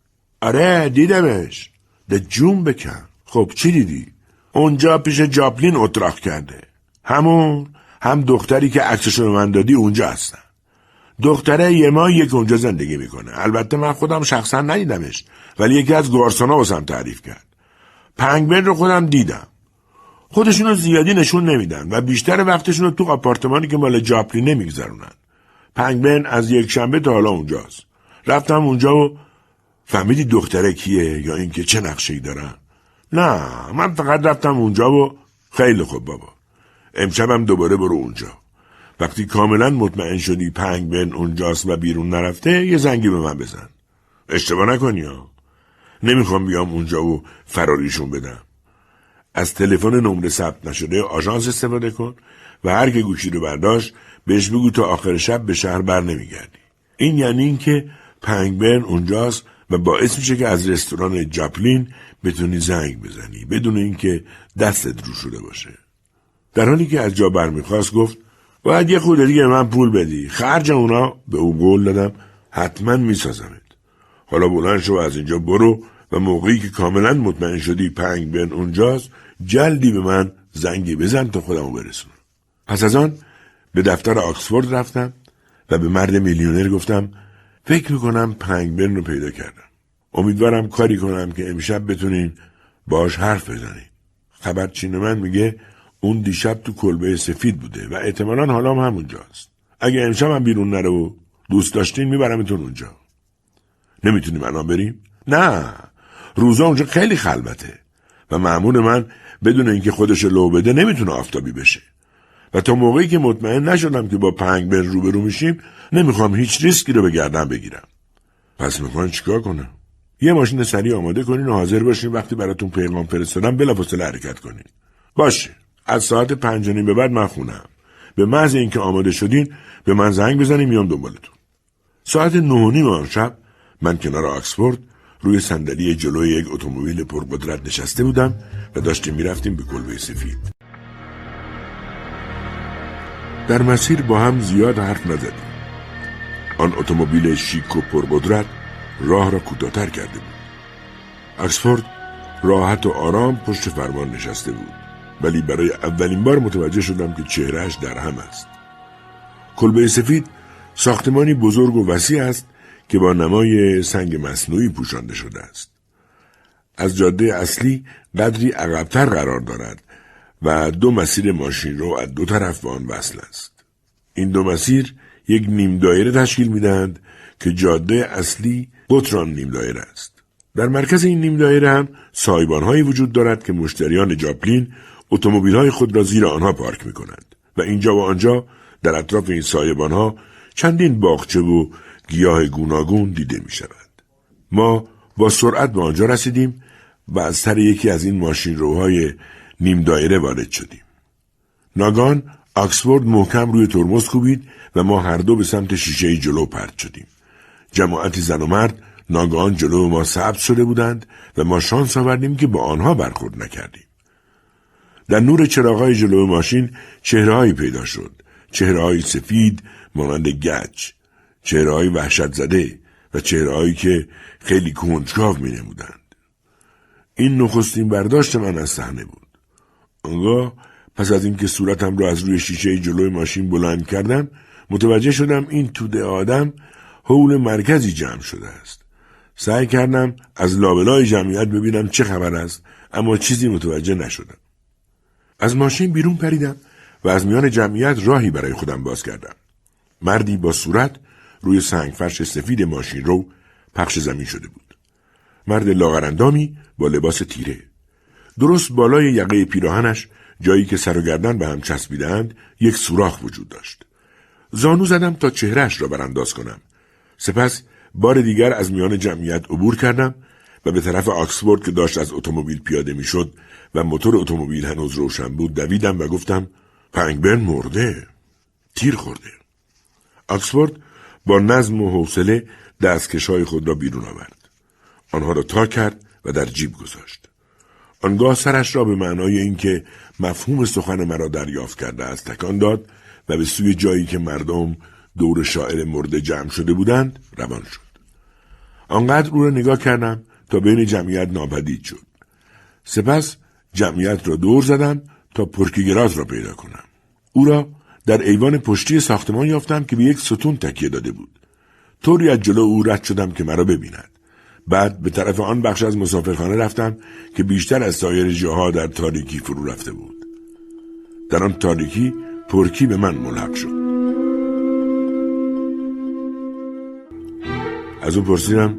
آره دیدمش. ده جون بکن. خب چی دیدی؟ اونجا پیش جاپلین اتراق کرده. همون هم دختری که عکسشو به من دادی اونجا هستن. دختره یه ماه یک اونجا زندگی میکنه. البته من خودم شخصا ندیدمش ولی یکی از گارسونا واسم تعریف کرد. پنگبرن رو خودم دیدم. خودشونو زیادی نشون نمیدن و بیشتر وقتشونو تو آپارتمانی که مال جاپلین نمیگذرونن. پنگبرن از یک شنبه تا حالا اونجاست. رفتم اونجا و فهمیدی دختره کیه یا اینکه چه نقشه‌ای دارن؟ نه من فقط رفتم اونجا و خیلی خوب بابا. امشبم دوباره برو اونجا. وقتی کاملا مطمئن شدی پنگبرن اونجاست و بیرون نرفته یه زنگی به من بزن. اشتباه نکنی ها. نمیخوام بیام اونجا و فراریشون بدم. از تلفن نمره ثبت نشده آژانس استفاده کن و هر که گوشی رو برداشت بهش بگو تا آخر شب به شهر بر نمیگردی. این یعنی این که پنگبرن اونجاست و باعث میشه که از رستوران جاپلین بتونی زنگ بزنی بدون اینکه دستت رو شده باشه. در حالی که از جا برمیخواست گفت باید یه خورده دیگه من پول بدی. خرج اونا به او قول دادم حتما میسازمت. حالا بلند شو از اینجا برو و موقعی که کاملا مطمئن شدی پنگبرن اونجاست جلدی به من زنگی بزن تا خودمو برسونم. پس از آن به دفتر آکسفورد رفتم و به مرد میلیونر گفتم فکر میکنم پنگبرن رو پیدا کردم. امیدوارم کاری کنم که امشب بتونین باش حرف بزنین. خبرچین من میگه اون دیشب تو کلبه سفید بوده و احتمالاً حالا هم همونجاست. اگه امشب هم بیرون نره و دوست داشتین میبرمتون اونجا. نمیتونیم الان بریم؟ نه روزا اونجا خیلی خلوته و مأمور من بدون اینکه خودش لو بده نمیتونه آفتابی بشه و تا موقعی که مطمئن نشدم که با پنگبرن روبرو میشیم نمیخوام هیچ ریسکی رو به گردن بگیرم. پس میخوان چیکار کنم؟ یه ماشین سریع آماده کنین و حاضر باشین وقتی براتون پیغام فرستادم بلافاصله حرکت کنین. باشه. از ساعت پنج و نیم به بعد من خونم. به محض اینکه آماده شدین به من زنگ بزنین میام دنبالتون. ساعت نه و نیم آن شب من کنار آکسفورد روی صندلی جلوی یک اتومبیل پرقدرت نشسته بودم و داشتیم میرفتیم به کلبه سفید. در مسیر با هم زیاد حرف نزدیم. آن اتومبیل شیک و پرقدرت راه را کوتاه‌تر کرده بود. اکسفورد راحت و آرام پشت فرمان نشسته بود، ولی برای اولین بار متوجه شدم که چهرهش در هم است. کلبه سفید ساختمانی بزرگ و وسیع است که با نمای سنگ مصنوعی پوشانده شده است. از جاده اصلی قدری عقب‌تر قرار دارد و دو مسیر ماشین رو از دو طرف به آن وصل است. این دو مسیر یک نیم دایره تشکیل می‌دهند که جاده اصلی قطر آن نیم دایره است. در مرکز این نیم دایره هم سایبان‌هایی وجود دارد که مشتریان جاپلین اتومبیل‌های خود را زیر آنها پارک می‌کنند و اینجا و آنجا در اطراف این سایبان‌ها چندین باغچه و گیاه گوناگون دیده می‌شود. ما با سرعت به آنجا رسیدیم و از سر یکی از این ماشین روهای نیم دایره وارد شدیم. ناگهان اکسفورد محکم روی ترمز کوبید و ما هر دو به سمت شیشه جلو پرت شدیم. جماعتی زن و مرد ناگهان جلو ما سبز شده بودند و ما شانس آوردیم که با آنها برخورد نکردیم. در نور چراغ‌های جلو ماشین چهره‌هایی پیدا شد، چهره‌های سفید مانند گچ، چهره‌های وحشت زده و چهره‌هایی که خیلی کنجکاو می‌نمودند. این نخستین برداشت من از صحنه بود. آنگاه پس از اینکه صورتم را از روی شیشه جلوی ماشین بلند کردم، متوجه شدم این توده آدم حول مرکزی جمع شده است. سعی کردم از لابلای جمعیت ببینم چه خبر است، اما چیزی متوجه نشدم. از ماشین بیرون پریدم و از میان جمعیت راهی برای خودم باز کردم. مردی با صورت روی سنگفرش سفید ماشین رو پخش زمین شده بود. مرد لاغرندامی با لباس تیره. درست بالای یقه پیراهنش، جایی که سر و گردن به هم چسبیدند، یک سوراخ وجود داشت. زانو زدم تا چهرهش را برانداز کنم. سپس بار دیگر از میان جمعیت عبور کردم و به طرف اکسفورد که داشت از اتومبیل پیاده میشد و موتور اتومبیل هنوز روشن بود دویدم و گفتم پنگبرن مرده، تیر خورده. اکسفورد با نظم و حوصله دستکش‌های خود را بیرون آورد. آنها را تا کرد و در جیب گذاشت. آنگاه سرش را به معنای اینکه مفهوم سخن مرا دریافت کرده است تکان داد و به سوی جایی که مردم دور شاعر مرده جمع شده بودند روان شد. آنقدر او را نگاه کردم تا بین جمعیت ناپدید شد. سپس جمعیت را دور زدم تا پرکیگراز را پیدا کنم. او را در ایوان پشتی ساختمان یافتم که به یک ستون تکیه داده بود. طوری از جلو او رد شدم که مرا ببیند. بعد به طرف آن بخش از مسافرخانه رفتم که بیشتر از سایر جاها در تاریکی فرو رفته بود. در آن تاریکی پرکی به من ملحق شد. از او پرسیدم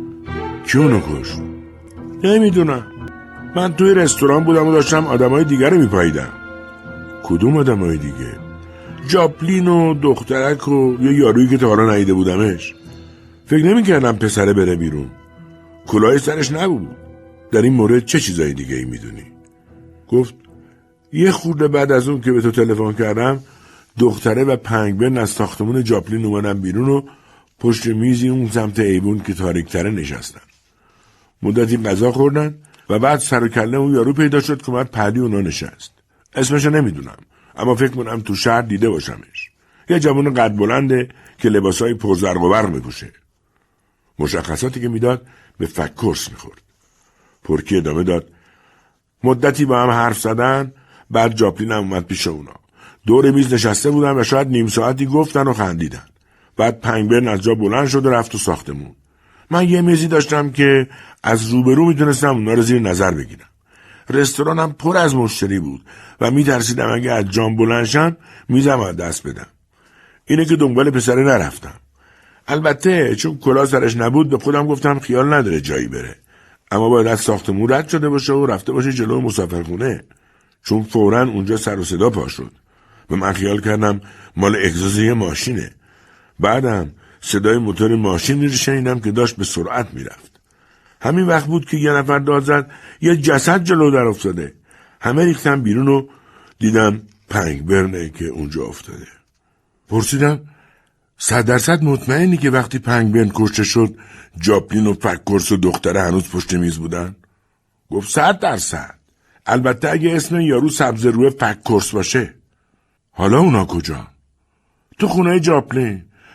کی اونو کشت؟ نمیدونم. من توی رستوران بودم و داشتم آدمای دیگر رو میپاییدم. کدوم آدمای دیگه؟ جاپلین و دخترک و یه یارویی که تا حالا ندیده بودمش. فکر نمیکردم پسره بره بیرون. کلاهی سرش نبود. در این مورد چه چیزای دیگه ای میدونی؟ گفت یه خورده بعد از اون که به تو تلفن کردم دختره و پنگبرن از ساختمون جاپلین اومدن بیرون و پشت میزی اون سمت ایوون که تاریک‌تره نشستن. مدتی غذا خوردن و بعد سر و کله اون یارو پیدا شد که اومد پهلوی اونا نشست. اسمشو نمیدونم، اما فکر کنم تو شهر دیده باشمش. یه جوان قد بلنده که لباسای پرزرق و برق میپوشه. مشخصاتی که میداد به فکرس میخورد. پرکی ادامه داد مدتی با هم حرف زدن، بعد جاپلین هم اومد پیش اونا. دور میز نشسته بودن و شاید نیم ساعتی گفتن و خندیدن. بعد پنگبرن از جا بلند شد و رفت تو ساختمون. من یه میزی داشتم که از روبرو میتونستم اونا رو زیر نظر بگیرم. رستورانم پر از مشتری بود و میترسیدم اگه از جام بلند شن میزم از دست بدم. اینه که دنبال پسره نرفتم. البته چون کلاه سرش نبود به خودم گفتم خیال نداره جایی بره، اما باید از ساختمون رد شده باشه و رفته باشه جلو مسافرخونه، چون فوراً اونجا سر و صدا پا شد و من خیال کردم مال اگزوزی ماشینه. بعدم صدای موتور ماشین رو شنیدم که داشت به سرعت میرفت. همین وقت بود که یه نفر داد زد یه جسد جلو در افتاده. همه ریختن بیرون و دیدم پنگبرنه که اونجا افتاده. پرسیدم صد درصد مطمئنی که وقتی پنگبرن کشته شد جاپلین و فکرس و دختره هنوز پشت میز بودن؟ گفت صد درصد. البته اگه اسم یارو سبز روی فکرس باشه. حالا اونا کجا؟ تو خونه جاپلین.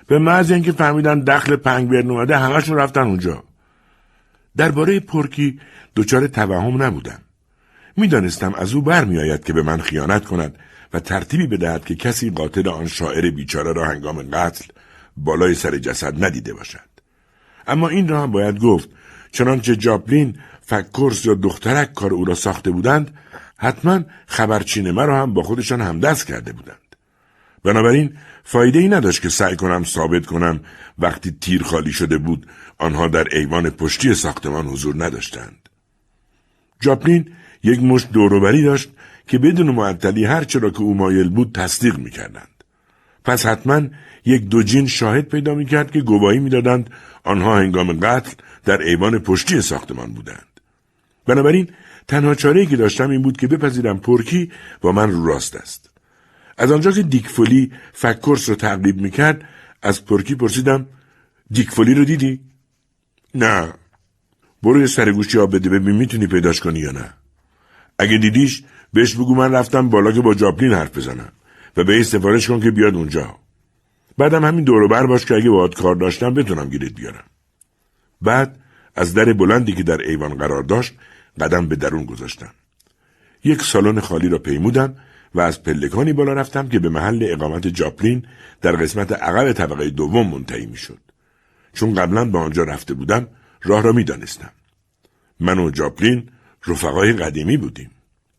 به محض اینکه فهمیدن دخل پنگبرن اومده همشون رفتن اونجا. درباره پورکی دچار توهم نبودم. میدانستم از او برمی آید که به من خیانت کند و ترتیبی بدهد که کسی قاتل آن شاعر بیچاره را هنگام قتل بالای سر جسد ندیده باشد. اما این را هم باید گفت چنانچه جاپلین، فکورس یا دخترک کار او را ساخته بودند، حتما خبرچین مرا هم با خودشان همدست کرده بودند. بنابراین فایده ای نداشت که سعی کنم ثابت کنم وقتی تیر خالی شده بود آنها در ایوان پشتی ساختمان حضور نداشتند. جاپلین یک مشت دوروبری داشت که بدون معطلی هر چرا که او مایل بود تصدیق می‌کردند. پس حتما یک دو جین شاهد پیدا می‌کرد که گواهی می‌دادند آنها هنگام قتل در ایوان پشتی ساختمان بودند. بنابراین تنها چاره‌ای که داشتم این بود که بپذیرم پورکی با من رو راست است. از آنجا که دیک فولی فکورس رو تعقیب می‌کرد، از پورکی پرسیدم دیک فولی رو دیدی؟ نه. برو یه سرگوشی آب بده ببین میتونی پیداش کنی یا نه. اگه دیدیش بهش بگو من رفتم بالا که با جاپلین حرف بزنم و به سفارش کن که بیاد اونجا. بعدم همین دور و بر باش که اگه باهات کار داشتم بتونم گیرت بیارم. بعد از در بلندی که در ایوان قرار داشت قدم به درون گذاشتم. یک سالن خالی را پیمودم و از پلکانی بالا رفتم که به محل اقامت جاپلین در قسمت عقب طبقه دوم منتهی میشد. چون قبلا به آنجا رفته بودم راه را میدانستم. من و جاپلین رفقای قدیمی بودیم.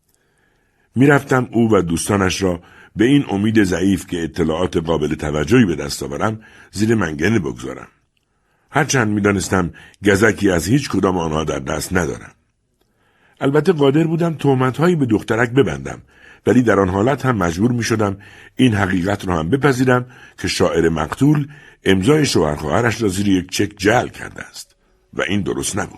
میرفتم او و دوستانش را به این امید ضعیف که اطلاعات قابل توجهی به دست آورم زیر منگنه بگذارم. هرچند میدانستم گزکی از هیچ کدام آنها در دست ندارم. البته قادر بودم تهمت‌هایی به دخترک ببندم، ولی در آن حالت هم مجبور می شدم این حقیقت را هم بپذیرم که شاعر مقتول امضای شوهر خواهرش را زیر یک چک جعل کرده است و این درست نبود.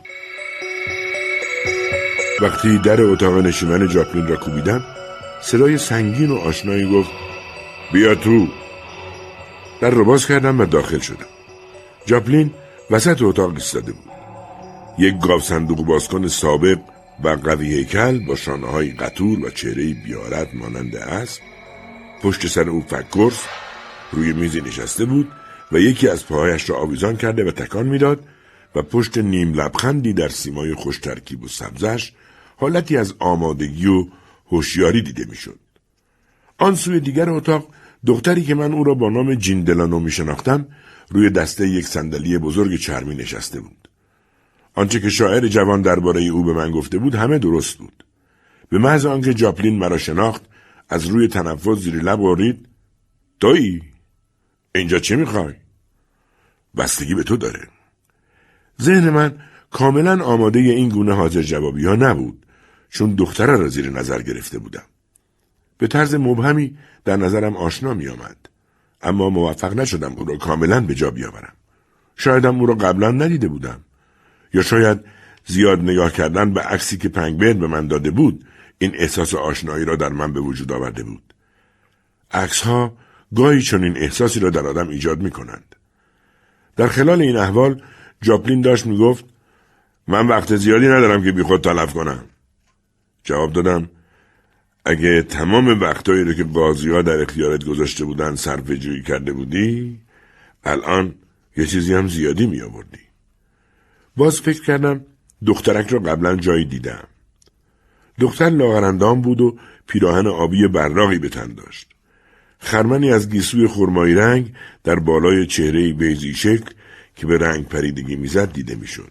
وقتی در اتاق نشیمن جاپلین را کوبیدم، صدای سنگین و آشنایی گفت بیا تو. در را باز کردم و داخل شدم. جاپلین وسط اتاق ایستاده بود. یک گاو صندوق بازکن سابق و قوی هیکل با شانه‌های قطور و چهره‌ای بیارت مانند اسب. پشت سر او فکورس روی میزی نشسته بود و یکی از پاهایش را آویزان کرده و تکان میداد و پشت نیم لبخندی در سیمای خوش ترکیب و سبزش حالتی از آمادگی و هوشیاری دیده میشد. آن سوی دیگر اتاق دختری که من او را با نام جین دلانو میشناختم روی دسته یک صندلی بزرگ چرمی نشسته بود. آنچه که شاعر جوان درباره او به من گفته بود همه درست بود. به محض آنکه جاپلین مرا شناخت از روی تنفس زیر لب غرید تویی؟ اینجا چه میخوای؟ بستگی به تو داره. ذهن من کاملا آماده این گونه حاضر جوابی ها نبود، چون دختره را زیر نظر گرفته بودم. به طرز مبهمی در نظرم آشنا می آمد، اما موفق نشدم او را کاملا به جا بیاورم. شایدم او را قبلا ندیده بودم، یا شاید زیاد نگاه کردن به عکسی که پنگبرن به من داده بود این احساس آشنایی را در من به وجود آورده بود. عکس‌ها گاهی چنین احساسی را در آدم ایجاد می کنند. در خلال این احوال جاپلین داشت می گفت من وقت زیادی ندارم که بی خود تلف کنم. جواب دادم اگه تمام وقتایی رو که قاضی‌ها در اختیارت گذاشته بودن صرفه‌جویی کرده بودی الان یه چیزی هم زیادی می آوردی. باز فکر کردم دخترک را قبلا جایی دیدم. دختر لاغرندام بود و پیراهن آبی براقی به تن داشت. خرمنی از گیسوی خرمایی رنگ در بالای چهره‌ای بیضی شکل که به رنگ پریدگی میزد دیده میشد.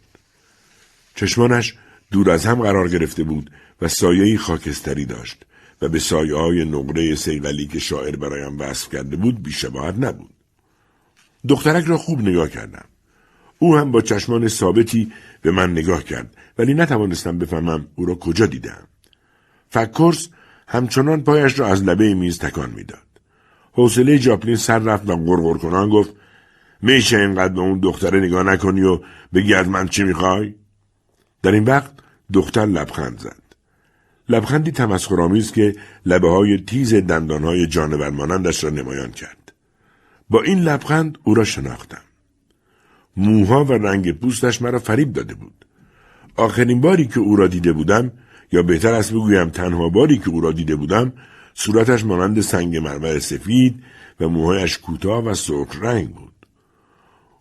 چشمانش دور از هم قرار گرفته بود و سایه‌ای خاکستری داشت و به سایه‌های نقره صیقلی که شاعر برایم وصف کرده بود بی‌شباهت نبود. دخترک را خوب نگاه کردم. او هم با چشمان ثابتی به من نگاه کرد، ولی نتوانستم بفهمم او را کجا دیدم. فکورس همچنان پایش را از لبه میز تکان میداد. حوصله جاپلین سر رفت و غرغر کنان گفت میشه اینقدر به اون دختره نگاه نکنی و بگی از من چی میخوای؟ در این وقت دختر لبخند زد. لبخندی تمسخرآمیز که لبه های تیز دندانهای جانور مانندش را نمایان کرد. با این لبخند او را شناختم. موها و رنگ پوستش مرا فریب داده بود. آخرین باری که او را دیده بودم، یا بهتر است بگویم تنها باری که او را دیده بودم، صورتش مانند سنگ مرمر سفید و موهایش کوتاه و سرخ رنگ بود.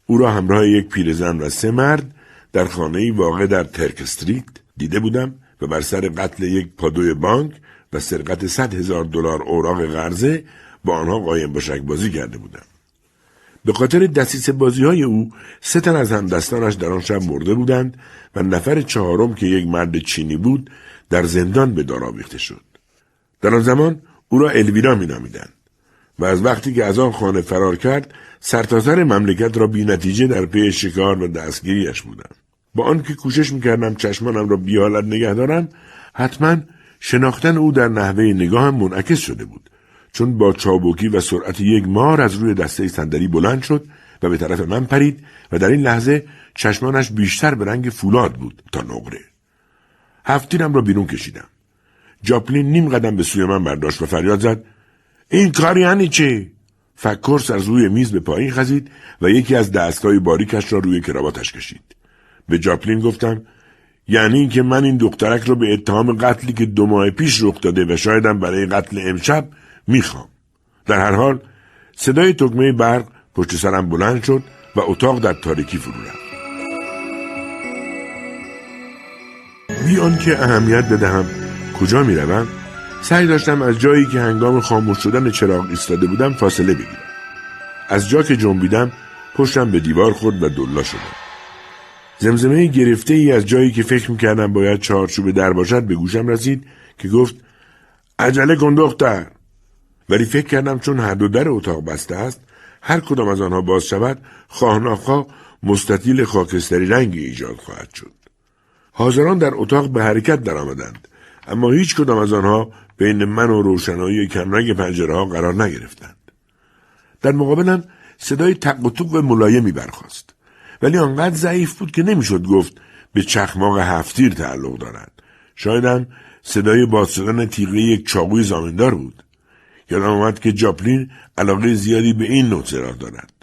او را همراه یک پیرزن و سه مرد در خانه‌ای واقع در ترک استریت دیده بودم و بر سر قتل یک پادوی بانک و سرقت صد هزار دلار اوراق قرضه با آنها قایم باشک بازی کرده بودم. به خاطر دسیسه بازی های او سه تن از همدستانش در آن شب مرده بودند و نفر چهارم که یک مرد چینی بود در زندان به دار آویخته شد. در آن زمان او را الویرا می نامیدند و از وقتی که از آن خانه فرار کرد سرتاسر مملکت را بی نتیجه در پی شکار و دستگیریش بودم. با آنکه کوشش میکردم چشمانم را بی حالت نگه دارم، حتما شناختن او در نحوه نگاهم منعکس شده بود، چون با چابکی و سرعت یک مار از روی دسته صندلی بلند شد و به طرف من پرید و در این لحظه چشمانش بیشتر به رنگ فولاد بود تا نقره. هفتیرم را بیرون کشیدم. جاپلین نیم قدم به سوی من برداشت و فریاد زد: این کار یعنی چه؟ فکرس از روی میز به پایین خزید و یکی از دستهای باریکش را روی کراواتش کشید. به جاپلین گفتم: یعنی این که من این دخترک را به اتهام قتلی که دو ماه پیش رخ داده و شایدم برای قتل امشب میخوام. در هر حال صدای تکمه برق پشت سرم بلند شد و اتاق در تاریکی فرو رفت. بی آنکه اهمیت بدهم کجا میروم، سعی داشتم از جایی که هنگام خاموش شدن چراغ ایستاده بودم فاصله بگیرم. از جا که جنبیدم پشتم به دیوار خورد و دلا شدم. زمزمه گرفته ای از جایی که فکر میکردم باید چارچوب در باشد به گوشم رسید که گفت: عجله کن دختر. ولی فکر کردم چون هر دو در اتاق بسته است، هر کدام از آنها باز شود خواه ناخواه مستطیل خاکستری رنگی ایجاد خواهد شد. حاضران در اتاق به حرکت در آمدند، اما هیچ کدام از آنها بین من و روشنایی کمرنگ پنجره ها قرار نگرفتند. در مقابلم صدای تق و توق و ملایمی برخاست، ولی آنقدر ضعیف بود که نمیشد گفت به چخماق هفتیر تعلق دارد. شایدم صدای باز شدن تیغه یک چاقوی زامندار بود. یادم آمد که جاپلین علاقه زیادی به این نوع سلاح دارد.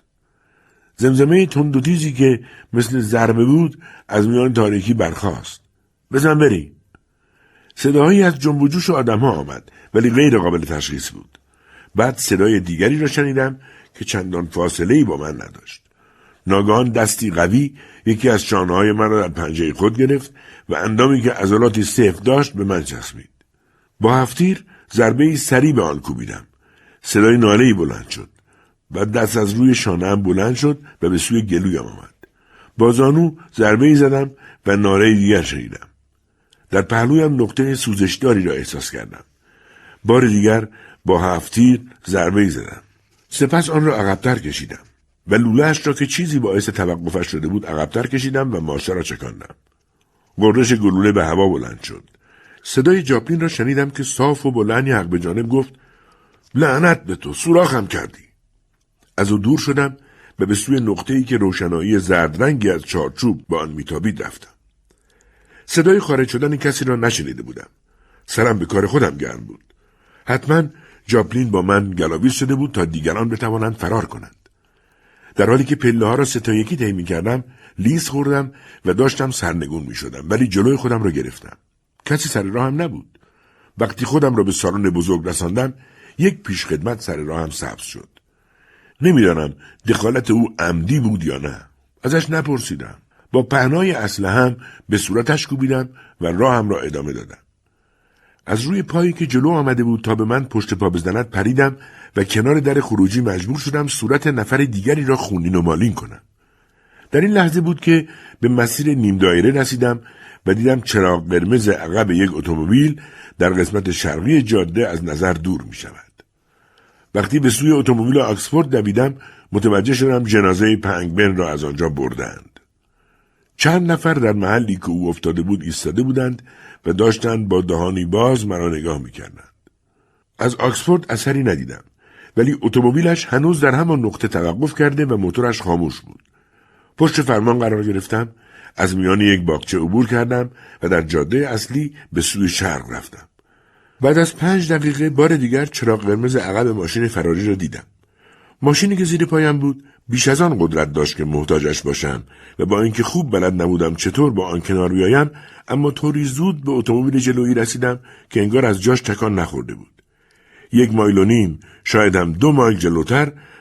زمزمه تند و تیزی که مثل ضربه بود از میان تاریکی برخاست: بزن بری. صداهایی از جنب و جوش آدم‌ها آمد، ولی غیر قابل تشخیص بود. بعد صدای دیگری را شنیدم که چندان فاصله‌ای با من نداشت. ناگهان دستی قوی یکی از شانه‌های من را در پنجه خود گرفت و اندامی که عضلاتی سفت داشت به من چسبید. با هفتیر ضربه‌ای سریع به آن کوبیدم. صدای ناله‌ای بلند شد. بعد دست از روی شانه‌ام بلند شد و به سوی گلویم آمد. با زانو ضربه‌ای زدم و ناله‌ای دیگر شنیدم. در پهلویم نقطه سوزشداری را احساس کردم. بار دیگر با هفتیر ضربه‌ای زدم. سپس آن را عقب‌تر کشیدم و لوله‌اش را که چیزی باعث توقفش شده بود عقب‌تر کشیدم و ماشه را چکاندم. غرش گلوله به هوا بلند شد. صدای جاپلین را شنیدم که صاف و با لحنی حق به جانب گفت: لعنت به تو، سوراخم کردی. از او دور شدم و به سوی نقطه‌ای که روشنایی زرد رنگی از چارچوب با آن میتابید رفتم. صدای خارج شدن کسی را نشنیده بودم. سرم به کار خودم گرم بود. حتما جاپلین با من گلاویز شده بود تا دیگران بتوانند فرار کنند. در حالی که پله ها را سه تا یکی طی می‌کردم، لیز خوردم و داشتم سرنگون می‌شدم، ولی جلوی خودم را گرفتم. کسی سر راهم نبود. وقتی خودم را به سالن بزرگ رساندم، یک پیشخدمت سر راهم سبز شد. نمیدانم دخالت او عمدی بود یا نه. ازش نپرسیدم. با پهنای اسلحه‌ام به صورتش کوبیدم و راهم را ادامه دادم. از روی پایی که جلو آمده بود تا به من پشت پا بزند پریدم و کنار در خروجی مجبور شدم صورت نفر دیگری را خونین و مالین کنم. در این لحظه بود که به مسیر نیم دایره رسیدم و دیدم چراغ قرمز عقب یک اتومبیل در قسمت شرقی جاده از نظر دور می شود. وقتی به سوی اتومبیل آکسفورد دویدم متوجه شدم جنازه پنگبن را از آنجا بردند. چند نفر در محلی که او افتاده بود ایستاده بودند و داشتند با دهانی باز مرا نگاه می‌کردند. از آکسفورد اثری ندیدم، ولی اتومبیلش هنوز در همان نقطه توقف کرده و موتورش خاموش بود. پشت فرمان قرار گرفتم، از میان یک باغچه عبور کردم و در جاده اصلی به سوی شرق رفتم. بعد از پنج دقیقه بار دیگر چراغ قرمز عقب ماشین فراری را دیدم. ماشینی که زیر پایم بود بیش از آن قدرت داشت که محتاجش باشم و با اینکه خوب بلد نبودم چطور با آن کنار بیایم، اما طوری زود به اتومبیل جلویی رسیدم که انگار از جاش تکان نخورده بود. یک مایل و نیم، شاید هم دو مایل جلوتر،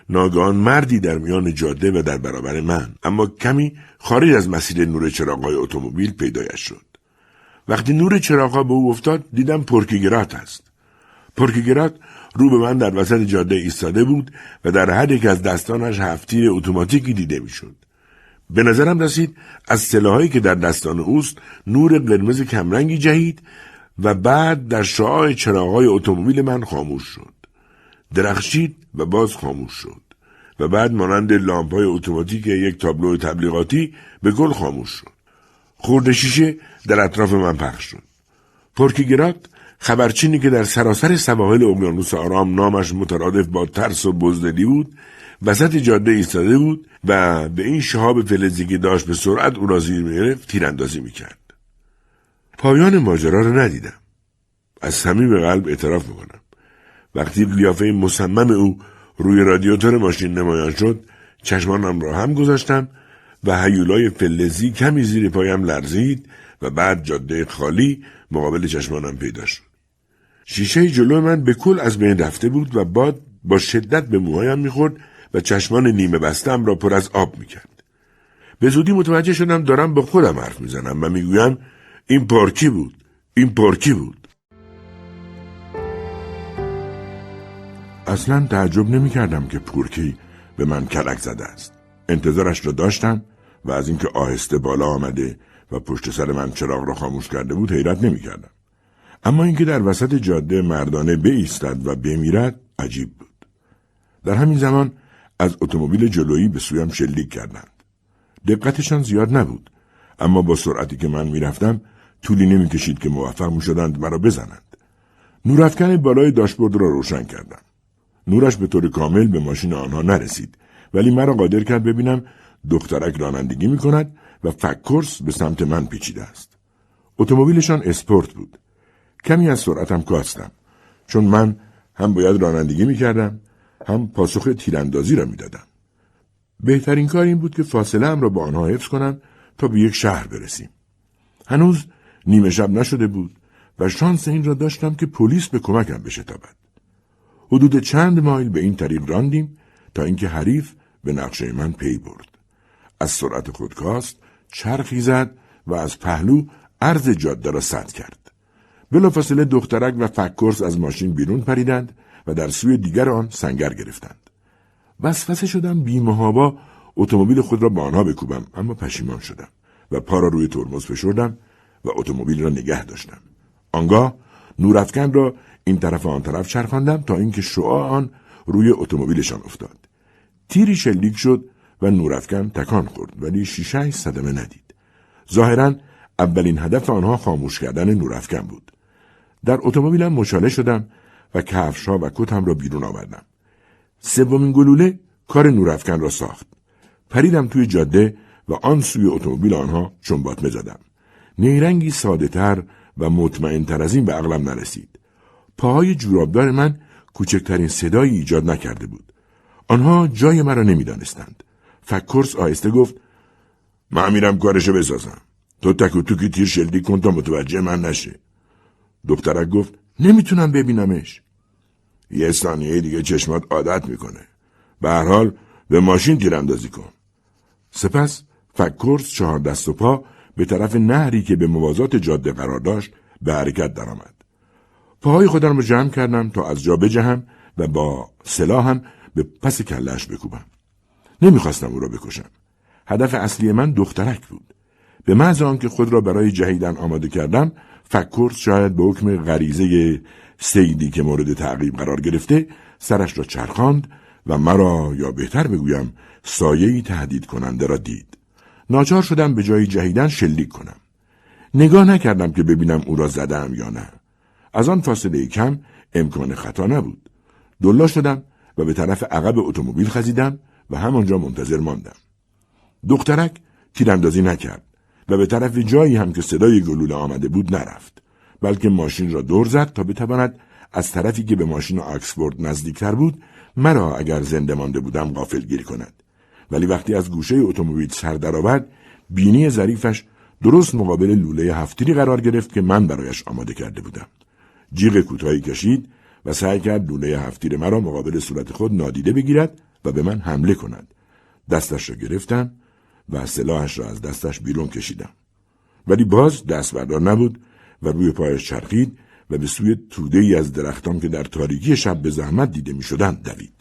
ناگهان مردی در میان جاده و در برابر من، اما کمی خارج از مسیر نور چراغ‌های اتومبیل پیدایش شد. وقتی نور چراغ‌ها به او افتاد دیدم پورکیگرات است. پورکیگرات رو به من در وسط جاده ایستاده بود و در هر یک از دستانش هفت تیر اتوماتیکی دیده میشد. به نظرم رسید از سلاحی که در دستان اوست نور قرمز کمرنگی جهید و بعد در شعاع چراغ‌های اتومبیل من خاموش شد. درخشید و باز خاموش شد و بعد مانند لامپ‌های اتوماتیک یک تابلو تبلیغاتی به کل خاموش شد. خورده شیشه در اطراف من پخش شد. پورکیگرات، خبرچینی که در سراسر سواحل اقیانوس آرام نامش مترادف با ترس و بزدلی بود، وسط جاده ایستاده بود و به این شهاب فلزی که داشت به سرعت او را زیر می‌گرفت تیراندازی می‌کرد. پایان ماجرا را ندیدم. از صمیم قلب اعتراف می‌کنم. وقتی قیافه مصمم او روی رادیاتور ماشین نمایان شد، چشمانم را هم گذاشتم و هیولای فلزی کمی زیر پایم لرزید و بعد جاده خالی مقابل چشمانم پیدا شد. شیشه جلو من به کل از بین رفته بود و باد با شدت به موهایم می‌خورد و چشمان نیمه بستم را پر از آب می‌کرد. به زودی متوجه شدم دارم با خودم حرف می‌زنم و می‌گویم این پارکی بود، این پارکی بود. اصلا تعجب نمی کردم که پورکی به من کلک زده است. انتظارش را داشتم و از اینکه آهسته بالا آمده و پشت سر من چراغ را خاموش کرده بود حیرت نمی کردم. اما اینکه در وسط جاده مردانه بایستد و بمیرد عجیب بود. در همین زمان از اتومبیل جلویی به سویم شلیک کردند. دقتشان زیاد نبود، اما با سرعتی که من می رفتم طولی نمی کشید که موفق می شدند مرا بزنند. نورافکن بالای داشبورد را روشن کردم. نورش به طور کامل به ماشین آنها نرسید، ولی مرا قادر کرد ببینم دخترک رانندگی می کند و فکورس به سمت من پیچیده است. اتومبیلشان اسپورت بود. کمی از سرعتم کاستم، چون من هم باید رانندگی می کردم، هم پاسخ تیراندازی را می دادم. بهترین کار این بود که فاصله ام را با آنها حفظ کنم تا به یک شهر برسیم. هنوز نیمه شب نشده بود و شانس این را داشتم که پلیس به کمکم بشتابد. حدود چند مایل به این طریق راندیم تا اینکه حریف به نقشه من پی برد. از سرعت خود کاست، چرخی زد و از پهلو عرض جاده را سد کرد. بلافاصله دخترک و فکورس از ماشین بیرون پریدند و در سوی دیگر آن سنگر گرفتند. وسوسه شدم بی‌محابا اتومبیل خود را با آنها بکوبم، اما پشیمان شدم و پا را روی ترمز فشردم و اتومبیل را نگه داشتم. آنگاه نورافکن را این طرف آن طرف چرخاندم تا اینکه شعاع آن روی اتومبیلشان افتاد. تیری شلیک شد و نورافکن تکان خورد، ولی شیشه صدمه ندید. ظاهراً اولین هدف آنها خاموش کردن نورافکن بود. در اتومبیلم مچاله شدم و کفش‌ها و کتم را بیرون آوردم. سومین گلوله کار نورافکن را ساخت. پریدم توی جاده و آن سوی اتومبیل آنها چنباتمه زدم. نیرنگی ساده‌تر و مطمئن‌تر از این به عقلم نرسید. پاهای جورابدار من کوچکترین صدایی ایجاد نکرده بود. آنها جای مرا نمی‌دانستند. فکورس آهسته گفت: من میرم کارشو بسازم. تو تک و توکی تیر شلیک کن تا متوجه من نشه. دخترک گفت: نمیتونم ببینمش. یه ثانیه دیگه چشمات عادت میکنه. به هر حال به ماشین تیراندازی کن. سپس فکورس چهار دست و پا به طرف نهری که به موازات جاده قرار داشت به حرکت درآمد. پاهای خودم رو جمع کردم تا از جا بجهم و با سلاحم به پس کله‌اش بکوبم. نمیخواستم او را بکشم. هدف اصلی من دخترک بود. به محض آنکه خود را برای جهیدن آماده کردم، فکورس شاید به حکم غریزه صیدی که مورد تعقیب قرار گرفته سرش را چرخاند و مرا، یا بهتر بگویم سایه‌ای تهدید کننده را دید. ناچار شدم به جای جهیدن شلیک کنم. نگاه نکردم که ببینم او را زدم یا نه. از آن فاصله کم امکان خطا نبود. دلا شدم و به طرف عقب اتومبیل خزیدم و همانجا منتظر ماندم. دخترک تیراندازی نکرد و به طرف جایی هم که صدای گلوله آمده بود نرفت، بلکه ماشین را دور زد تا بتواند از طرفی که به ماشین آکسفورد نزدیکتر بود مرا اگر زنده مانده بودم غافلگیر کند. ولی وقتی از گوشه اتومبیل سر درآورد، بینی ظریفش درست مقابل لوله هفت‌تیری قرار گرفت که من برایش آماده کرده بودم. جیغ کوتاهی کشید و سعی کرد لوله هفت‌تیر مرا مقابل صورت خود نادیده بگیرد، و به من حمله کند. دستش را گرفتم و سلاحش را از دستش بیرون کشیدم. ولی باز دست بردار نبود و روی پایش چرخید و به سوی توده ای از درختان که در تاریکی شب به زحمت دیده می شدند دوید.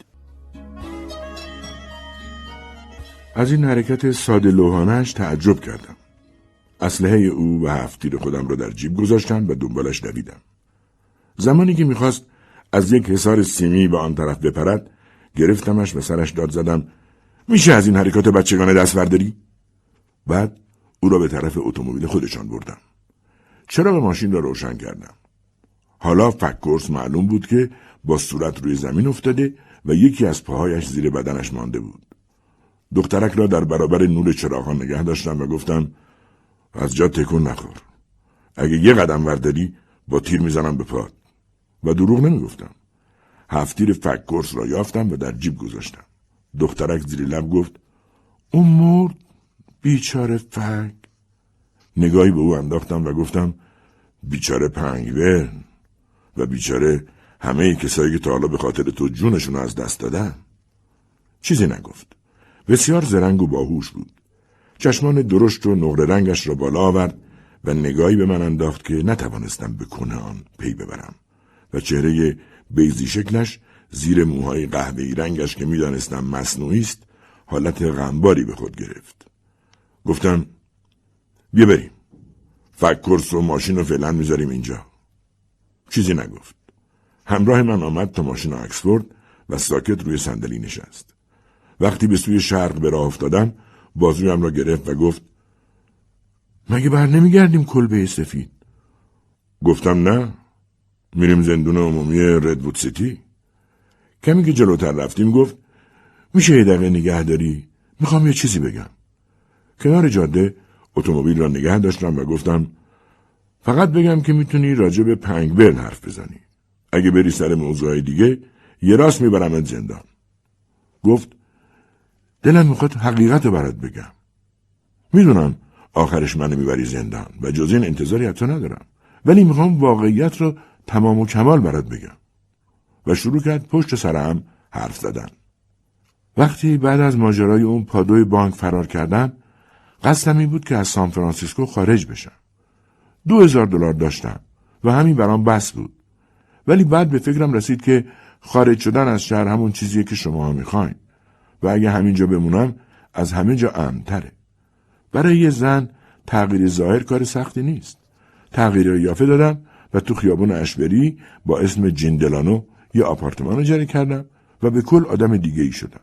از این حرکت ساده لوحانه‌اش تعجب کردم. اسلحه او و هفت تیر خودم را در جیب گذاشتم و دنبالش دویدم. زمانی که میخواست از یک حصار سیمی به آن طرف بپرد، گرفتمش و سرش داد زدم: میشه از این حرکات بچگانه دست برداری؟ بعد او را به طرف اتومبیل خودشان بردم. چراغ ماشین را روشن کردم. حالا فکورس معلوم بود که با صورت روی زمین افتاده و یکی از پاهایش زیر بدنش مانده بود. دخترک را در برابر نور چراغان نگه داشتم و گفتم: از جا تکون نخور. اگه یه قدم ورداری با تیر میزنم به پات. و دروغ نمیگفتم. هفت تیر فکورس را یافتم و در جیب گذاشتم. دخترک زیر لب گفت: اون مرد، بیچاره فک. نگاهی به او انداختم و گفتم: بیچاره پنگوئن و بیچاره همه کسایی که تا حالا به خاطر تو جونشون از دست دادن. چیزی نگفت. بسیار زرنگ و باهوش بود. چشمان درشت و نقره رنگش را بالا آورد و نگاهی به من انداخت که نتوانستم به کنه آن پی ببرم و چهره بیضی شکلش زیر موهای قهوه‌ای رنگش که می‌دانستم مصنوعی است حالت غمباری به خود گرفت. گفتم: بیا بریم. فکورس و ماشین رو فعلا میذاریم اینجا. چیزی نگفت. همراه من آمد تا ماشین آکسفورد و ساکت روی صندلی نشست. وقتی به سوی شرق به راه افتادم بازویم را گرفت و گفت: مگه بر نمیگردیم کلبه سفید؟ گفتم نه، میریم زندون عمومی ردوود سیتی. کمی که جلوتر رفتیم گفت: میشه یه دقیقه نگه داری؟ میخوام یه چیزی بگم. کنار جاده اتومبیل را نگه داشتم و گفتم: فقط بگم که میتونی راجع به پنگوئن حرف بزنی. اگه بری سر موضوعای دیگه یه راست میبرمت زندان. گفت: دلم میخواد حقیقت رو برات بگم. میدونم آخرش منو میبری زندان و جز این انتظاری حتی ندارم، ولی میخوام واقعیت رو تمام و کمال برات بگم. و شروع کرد پشت سرم حرف زدن. وقتی بعد از ماجرای اون پادوی بانک فرار کردم، قصدم این بود که از سان فرانسیسکو خارج بشم. دو هزار دلار داشتم و همین برام بس بود. ولی بعد به فکرم رسید که خارج شدن از شهر همون چیزیه که شما ها میخواین و اگه همینجا بمونم از همه جا امن‌تره. برای یه زن تغییر ظاهر کار سختی نیست. تغییر قیافه دادم و تو خیابون اشبری با اسم جین دلانو یه آپارتمان اجاره کردم و به کل آدم دیگه ای شدم.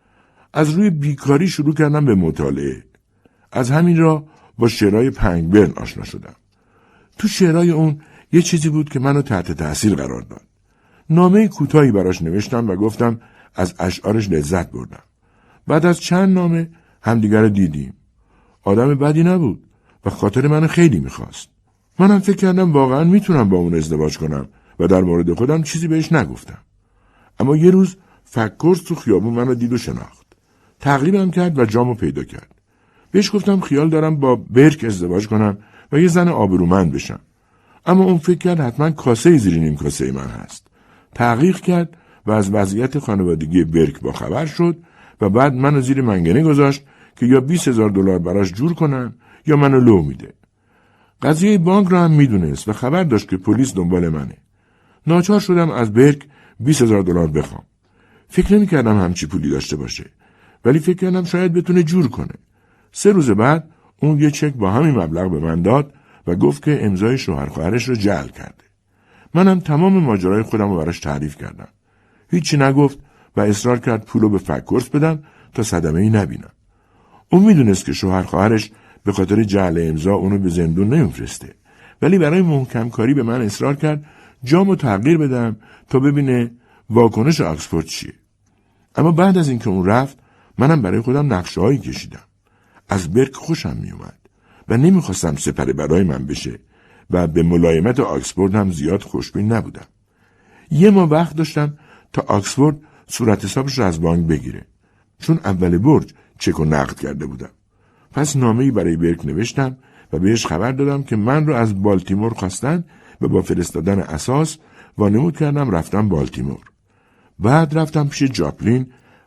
از روی بیکاری شروع کردم به مطالعه. از همین راه با شعرهای پنگوئن آشنا شدم. تو شعرهای اون یه چیزی بود که منو تحت تاثیر قرار داد. نامه کوتاهی براش نوشتم و گفتم از اشعارش لذت بردم. بعد از چند نامه همدیگر رو دیدیم. آدم بدی نبود و خاطر منو خیلی میخواست. منم فکر کردم واقعا میتونم با اون ازدواج کنم و در مورد خودم چیزی بهش نگفتم. اما یه روز فکورس تو خیابون منو دید و شناخت. تعقیبم کرد و جامو پیدا کرد. بهش گفتم خیال دارم با برک ازدواج کنم و یه زن آبرومند بشم. اما اون فکر کرد حتما کاسه زیر نیم کاسه من هست. تحقیق کرد و از وضعیت خانوادگی برک با خبر شد و بعد منو زیر منگنه گذاشت که یا بیست هزار دلار براش جور کنم یا منو لو میده. قضیه بانک را هم میدونست و خبر داشت که پلیس دنبال منه. ناچار شدم از برک بیست هزار دلار بخوام. فکر نمی کردم همچی پولی داشته باشه، ولی فکر کردم شاید بتونه جور کنه. سه روز بعد اون یه چک با همین مبلغ به من داد و گفت که امضای شوهر خواهرش رو جعل کرده. منم تمام ماجرای خودم رو براش تعریف کردم. هیچی نگفت و اصرار کرد پولو به فکورس بدم تا صدمه ای نبینم. اون میدونست که شوهر خواهرش به خاطر جعل امضا اونو به زندون نمیفرسته، ولی برای محکم کاری به من اصرار کرد جامو تغییر بدم تا ببینه واکنش آکسفورد چیه. اما بعد از اینکه اون رفت منم برای خودم نقشه‌هایی کشیدم. از برک خوشم میومد و نمیخواستم سپر برای من بشه و به ملایمت آکسفورد هم زیاد خوشبین نبودم. یه ماه وقت داشتم تا آکسفورد صورت حسابش رو از بانک بگیره، چون اول برج چک و نقد کرده بودم. پس نامه‌ای برای برک نوشتم و بهش خبر دادم که من رو از بالتیمور خواستن و با فرستادن اساس وانمود کردم رفتم بالتیمور. بعد رفتم پیش جاپلین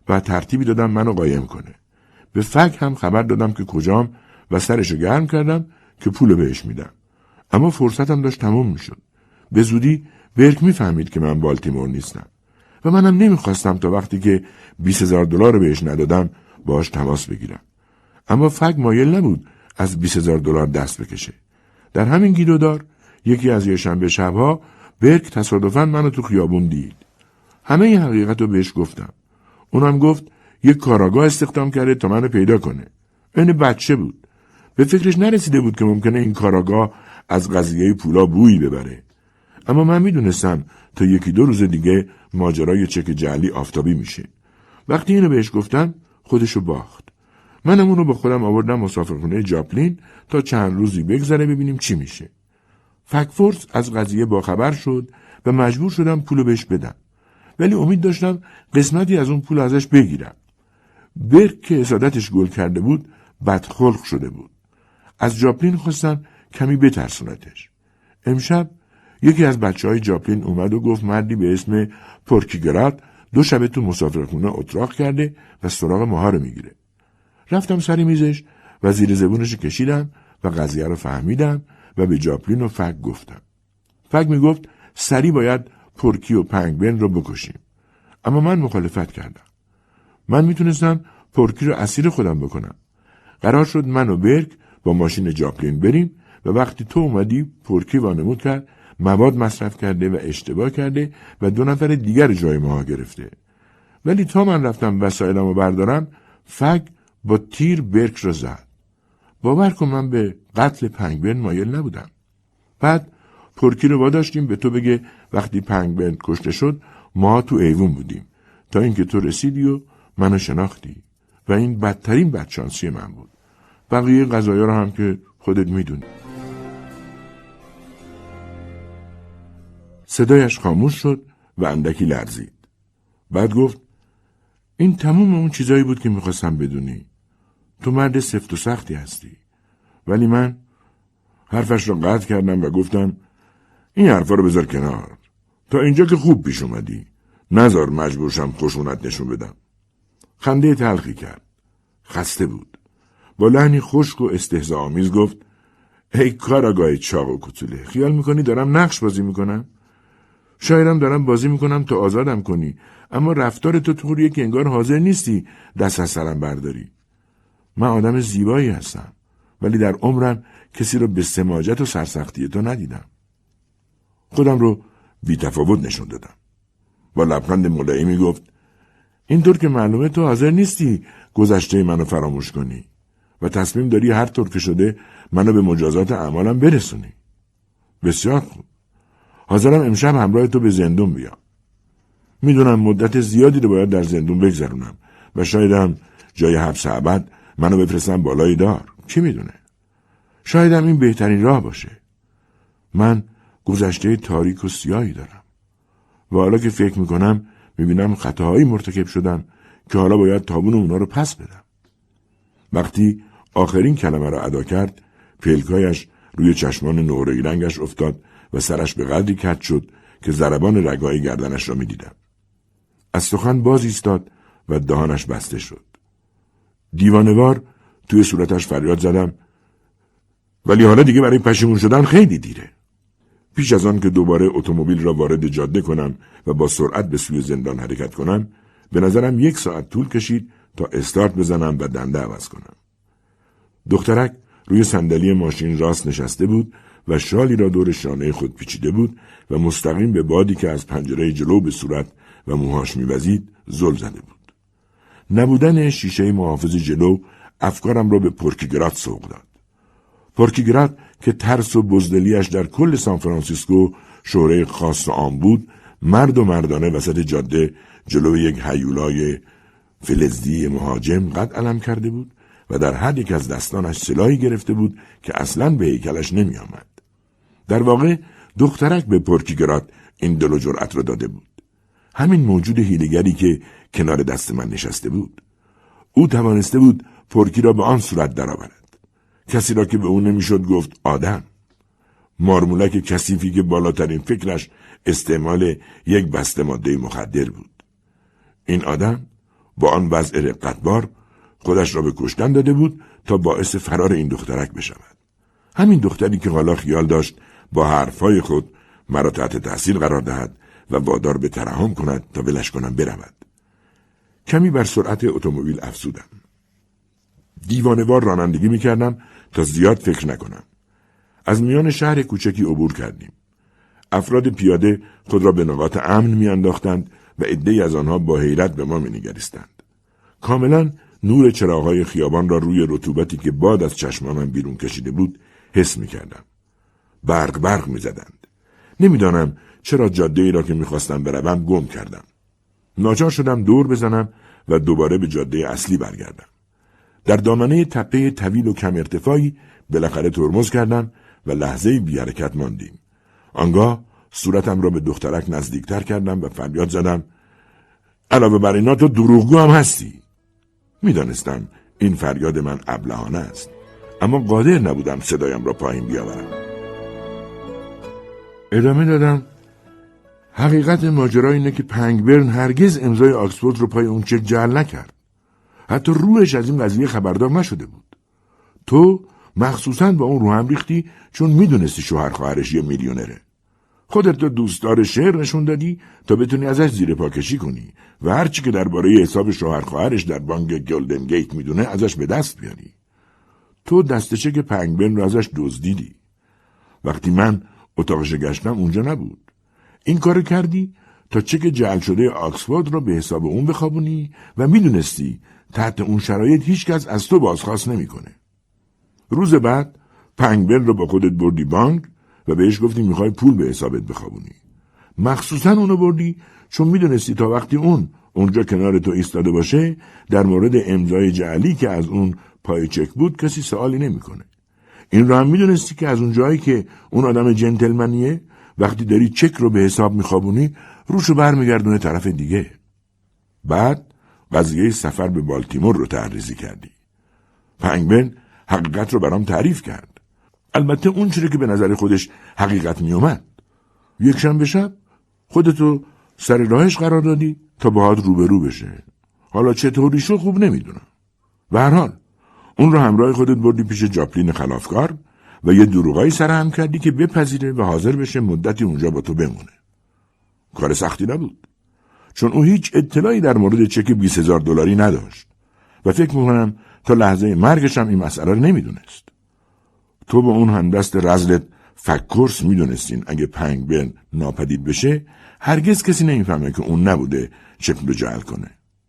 و ترتیبی دادم منو قایم کنه. به فک هم خبر دادم که کجام و سرشو گرم کردم که پول بهش میدم. اما فرصتم داشت تموم میشد. به زودی برک میفهمید که من بالتیمور نیستم و منم نمیخواستم تا وقتی که بیست هزار دلار بهش ندادم باهاش تماس بگیرم. اما فک مایل نبود از بیست هزار دلار دست بکشه. در همین گیرودار یکی از یکشنبه شبها برک تصادفاً منو تو خیابون دید. همه این حقیقت رو بهش گفتم. اونم گفت یک کاراگاه استخدام کرده تا منو پیدا کنه. این بچه بود. به فکرش نرسیده بود که ممکنه این کاراگاه از قضیه پولا بویی ببره. اما من میدونستم تا یکی دو روز دیگه ماجرای چک جعلی آفتابی میشه. وقتی اینو بهش گفتم خودشو باخت. منم اونو با خودم آوردم مسافرخونه جاپلین تا چند روزی بگذره ببینیم چی میشه. فکفورس از قضیه باخبر شد و مجبور شدم پولو بهش بدم. ولی امید داشتم قسمتی از اون پول ازش بگیرم. برک که حسادتش گل کرده بود بدخلق شده بود. از جاپلین خواستم کمی بترسونتش. امشب یکی از بچه های جاپلین اومد و گفت مردی به اسم پورکیگرات دو شبه تو مسافرخونه اتراق کرده و سراغ ماها رو میگیره. رفتم سر میزش و زیر زبونش کشیدم و قضیه رو فهمیدم و به جاپلین و فک گفتم. فک میگفت سری باید پورکی و پنگوئن رو بکشیم. اما من مخالفت کردم. من میتونستم پورکی رو اسیر خودم بکنم. قرار شد من و برک با ماشین جاپلین بریم و وقتی تو اومدی پورکی وانمود کرد مواد مصرف کرده و اشتباه کرده و دو نفر دیگر جای ما گرفته. ولی تا من رفتم وسایلم رو بردارم فک با تیر برک رو زد. باور کن من به قتل پنگوئن مایل نبودم. بعد پورکی رو واداشتیم به تو بگه وقتی پنگوئن کشته شد ما تو ایوون بودیم تا اینکه تو رسیدی و منو شناختی و این بدترین بدشانسی من بود. بقیه قضایا رو هم که خودت میدونی. صدایش خاموش شد و اندکی لرزید. بعد گفت این تمام اون چیزایی بود که میخواستم بدونی. تو مرد سفت و سختی هستی. ولی من حرفش رو قطع کردم و گفتم این حرفا رو بذار کنار. تا اینجا که خوب پیش اومدی. نذار مجبورشم خشونت نشون بدم. خنده تلخی کرد. خسته بود. با لحنی خشک و استهزاآمیز گفت ای کاراگاه چاق و کوتوله، خیال میکنی دارم نقش بازی میکنم؟ شایدم دارم بازی میکنم تا آزادم کنی، اما رفتار تو طوریه که انگار حاضر نیستی دست از سرم برداری. من آدم زیبایی هستم ولی در عمرم کسی رو به سماجت و سرسختی تو ندیدم. خودم رو بی تفاوت نشون دادم. با لبخند ملایمی گفت اینطور که معلومه تو حاضر نیستی گذشته منو فراموش کنی و تصمیم داری هر طور که شده منو به مجازات اعمالم برسونی. بسیار خوب. حاضرم امشب همراه تو به زندون بیام. میدونم مدت زیادی رو باید در زندون بگذرونم و شایدم جای حبس ابد منو بفرستم بالای دار. کی میدونه؟ شایدم این بهترین راه باشه. من گذشته تاریک و سیاهی دارم و حالا که فکر میکنم میبینم خطاهایی مرتکب شدم که حالا باید تابون اونا رو پس بدم. وقتی آخرین کلمه را ادا کرد پلکایش روی چشمان نقره‌ای رنگش افتاد و سرش به قدری کج شد که ضربان رگای گردنش را میدیدم. از سخن باز ایستاد و دهانش بسته شد. دیوانه‌وار توی صورتش فریاد زدم ولی حالا دیگه برای پشیمون شدن خیلی دیره. پیش از آن که دوباره اتومبیل را وارد جاده کنم و با سرعت به سوی زندان حرکت کنم به نظرم یک ساعت طول کشید تا استارت بزنم و دنده عوض کنم. دخترک روی صندلی ماشین راست نشسته بود و شالی را دور شانه خود پیچیده بود و مستقیم به بادی که از پنجره جلو به صورت و موهاش می‌وزید زل زده بود. نبودن شیشه محافظ جلو افکارم را به پورکیگرات سوق داد. پورکیگرات که ترس و بزدلیش در کل سانفرانسیسکو شهره خاص و عام بود، مرد و مردانه وسط جاده جلوی یک هیولای فلزی مهاجم قد علم کرده بود و در هر یک از دستانش سلاحی گرفته بود که اصلاً به هیکلش نمی آمد. در واقع دخترک به پورکیگرات این دل و جرأت را داده بود. همین موجود حیله‌گری که کنار دست من نشسته بود. او توانسته بود پورکی را به آن صورت درآورد. کسی را که به او نمیشد گفت آدم. مارمولک کثیفی که بالاترین فکرش استعمال یک بسته ماده مخدر بود. این آدم با آن وضع رقتبار خودش را به کشتن داده بود تا باعث فرار این دخترک بشود. همین دختری که حالا خیال داشت با حرفهای خود مرا تحت تاثیر قرار دهد و وادار به ترحم کند تا ولش کنم برود. کمی بر سرعت اتومبیل افزودم. دیوانه‌وار رانندگی می‌کردم تا زیاد فکر نکنم. از میان شهر کوچکی عبور کردیم. افراد پیاده خود را به نقاط امن می‌انداختند و عده‌ای از آنها با حیرت به ما می‌نگریستند. کاملاً نور چراغ‌های خیابان را روی رطوبتی که باد از چشمانم بیرون کشیده بود حس می‌کردم. برق برق می‌زدند. نمی‌دانم چرا جاده‌ای را که می‌خواستم بروم گم کردم. ناچار شدم دور بزنم و دوباره به جاده اصلی برگردم. در دامنه تپه طویل و کم ارتفاعی بالاخره ترمز کردم و لحظه‌ای بی حرکت ماندیم. آنگاه صورتم را به دخترک نزدیکتر کردم و فریاد زدم: علاوه بر اینا تو دروغگو هم هستی. می‌دانستم این فریاد من ابلهانه است، اما قادر نبودم صدایم را پایین بیاورم. ادامه دادم: حقیقت ماجرا اینه که پنگبرن هرگز امضای آکسفورد رو پای اون چک جعل نکرد. حتی روحش از این قضیه خبردار نشده بود. تو مخصوصاً با اون رو هم ریختی چون میدونستی شوهر خواهرش یه میلیونره. خودت رو دوستدار شعر نشون دادی تا بتونی ازش زیر پا کشی کنی و هرچی که درباره حساب شوهر خواهرش در بانک گلدن گیت میدونه ازش به دست بیاری. تو دست چک پنگبرن رو ازش دزدیدی. وقتی من اتاقش گشتم اونجا نبود. این کارو کردی تا چک جعل شده آکسفورد رو به حساب اون بخوابونی و میدونستی تحت اون شرایط هیچ کس از تو بازخواست نمیکنه. روز بعد پنگبرن رو با خودت بردی بانک و بهش گفتی میخوای پول به حسابت بخوابونی. مخصوصا اونو بردی چون میدونستی تا وقتی اون اونجا کنار تو ایستاده باشه در مورد امضای جعلی که از اون پای چک بود کسی سوالی نمیکنه. این رو هم میدونستی که از اون جایی که اون آدم جنتلمنیه وقتی داری چک رو به حساب میخوابونی روشو برمیگردونه طرف دیگه. بعد قضیه سفر به بالتیمور رو تعریضی کردی. پنگبرن حقیقت رو برام تعریف کرد. البته اون چیزی که به نظر خودش حقیقت میومد. یک شنبه شب خودتو سر راهش قرار دادی تا باهات روبرو بشه. حالا چطوری شد خوب نمیدونم. به هر حال اون رو همراه خودت بردی پیش جاپلین خلافکار و یه دروغایی سرهم کردی که بپذیره و حاضر بشه مدتی اونجا با تو بمونه. کار سختی نبود. چون او هیچ اطلاعی در مورد چک بیست هزار دلاری نداشت و فکر میکنم تا لحظه مرگش هم این مسئله رو نمیدونست. تو با اون همدست رزلت فکرس میدونستین اگه پنگبرن ناپدید بشه هرگز کسی نمیفهمه که اون نبوده چک رو جعل کنه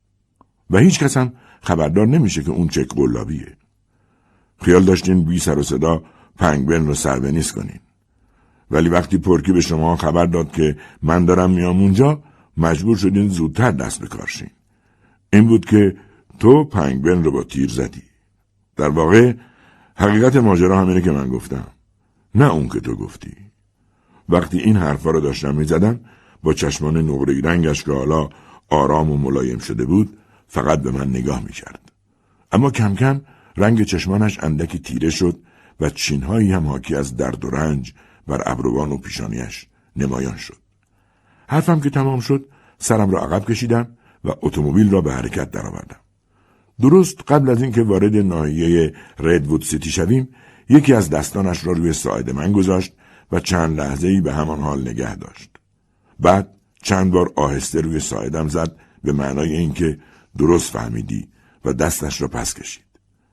و هیچ کس هم خبردار نمیشه که اون چک قلابیه. خیال داشتین بی سر و صدا پنگبرن رو سر به نیست کنین. ولی وقتی پورکی به شما خبر داد که من دارم میام اونجا مجبور شدین زودتر دست به کار شین. این بود که تو پنگبرن رو با تیر زدی. در واقع حقیقت ماجرا همینه که من گفتم، نه اون که تو گفتی. وقتی این حرفا رو داشتم میزدم با چشمان نقره‌ای رنگش که حالا آرام و ملایم شده بود فقط به من نگاه میکرد. اما کم کم رنگ چشمانش اندکی تیره شد و چینهایی هم حاکی از درد و رنج بر ابروان و پیشانیش نمایان شد. حرفم که تمام شد سرم را عقب کشیدم و اتومبیل را به حرکت درآوردم. درست قبل از اینکه وارد ناحیه ردوود سیتی شویم یکی از دستانش را روی ساعد من گذاشت و چند لحظه‌ای به همان حال نگه داشت. بعد چند بار آهسته روی ساعدم زد به معنای اینکه درست فهمیدی و دستش را پس کشید.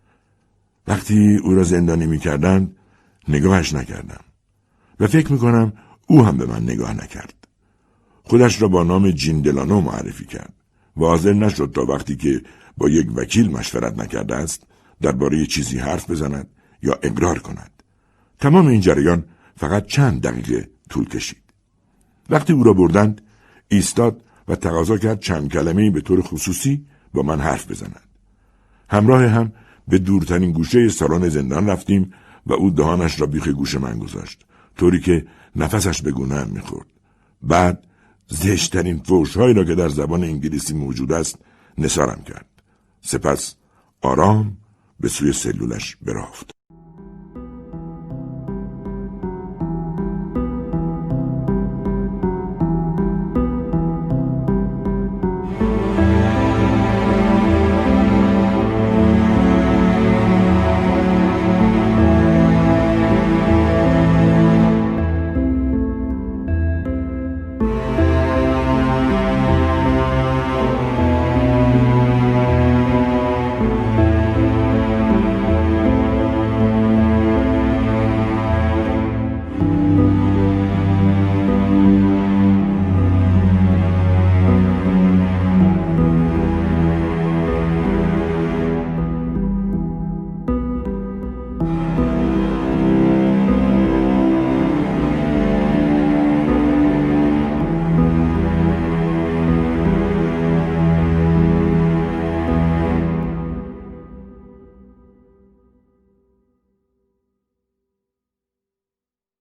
وقتی او را زندانی می‌کردند نگاهش نکردم و فکر می‌کنم او هم به من نگاه نکرد. خودش را با نام جین دلانو معرفی کرد و حاضر نشد تا وقتی که با یک وکیل مشورت نکرده است درباره چیزی حرف بزند یا اقرار کند. تمام این جریان فقط چند دقیقه طول کشید. وقتی او را بردند ایستاد و تقاضا کرد چند کلمه‌ای به طور خصوصی با من حرف بزند. همراه هم به دورترین گوشه سالن زندان رفتیم و او دهانش را بیخ گوش من گذاشت طوری که نفسش به گونه‌ام می‌خورد. بعد زشترین فحش‌هایی را که در زبان انگلیسی موجود است نثارم کرد. سپس آرام به سوی سلولش برافت.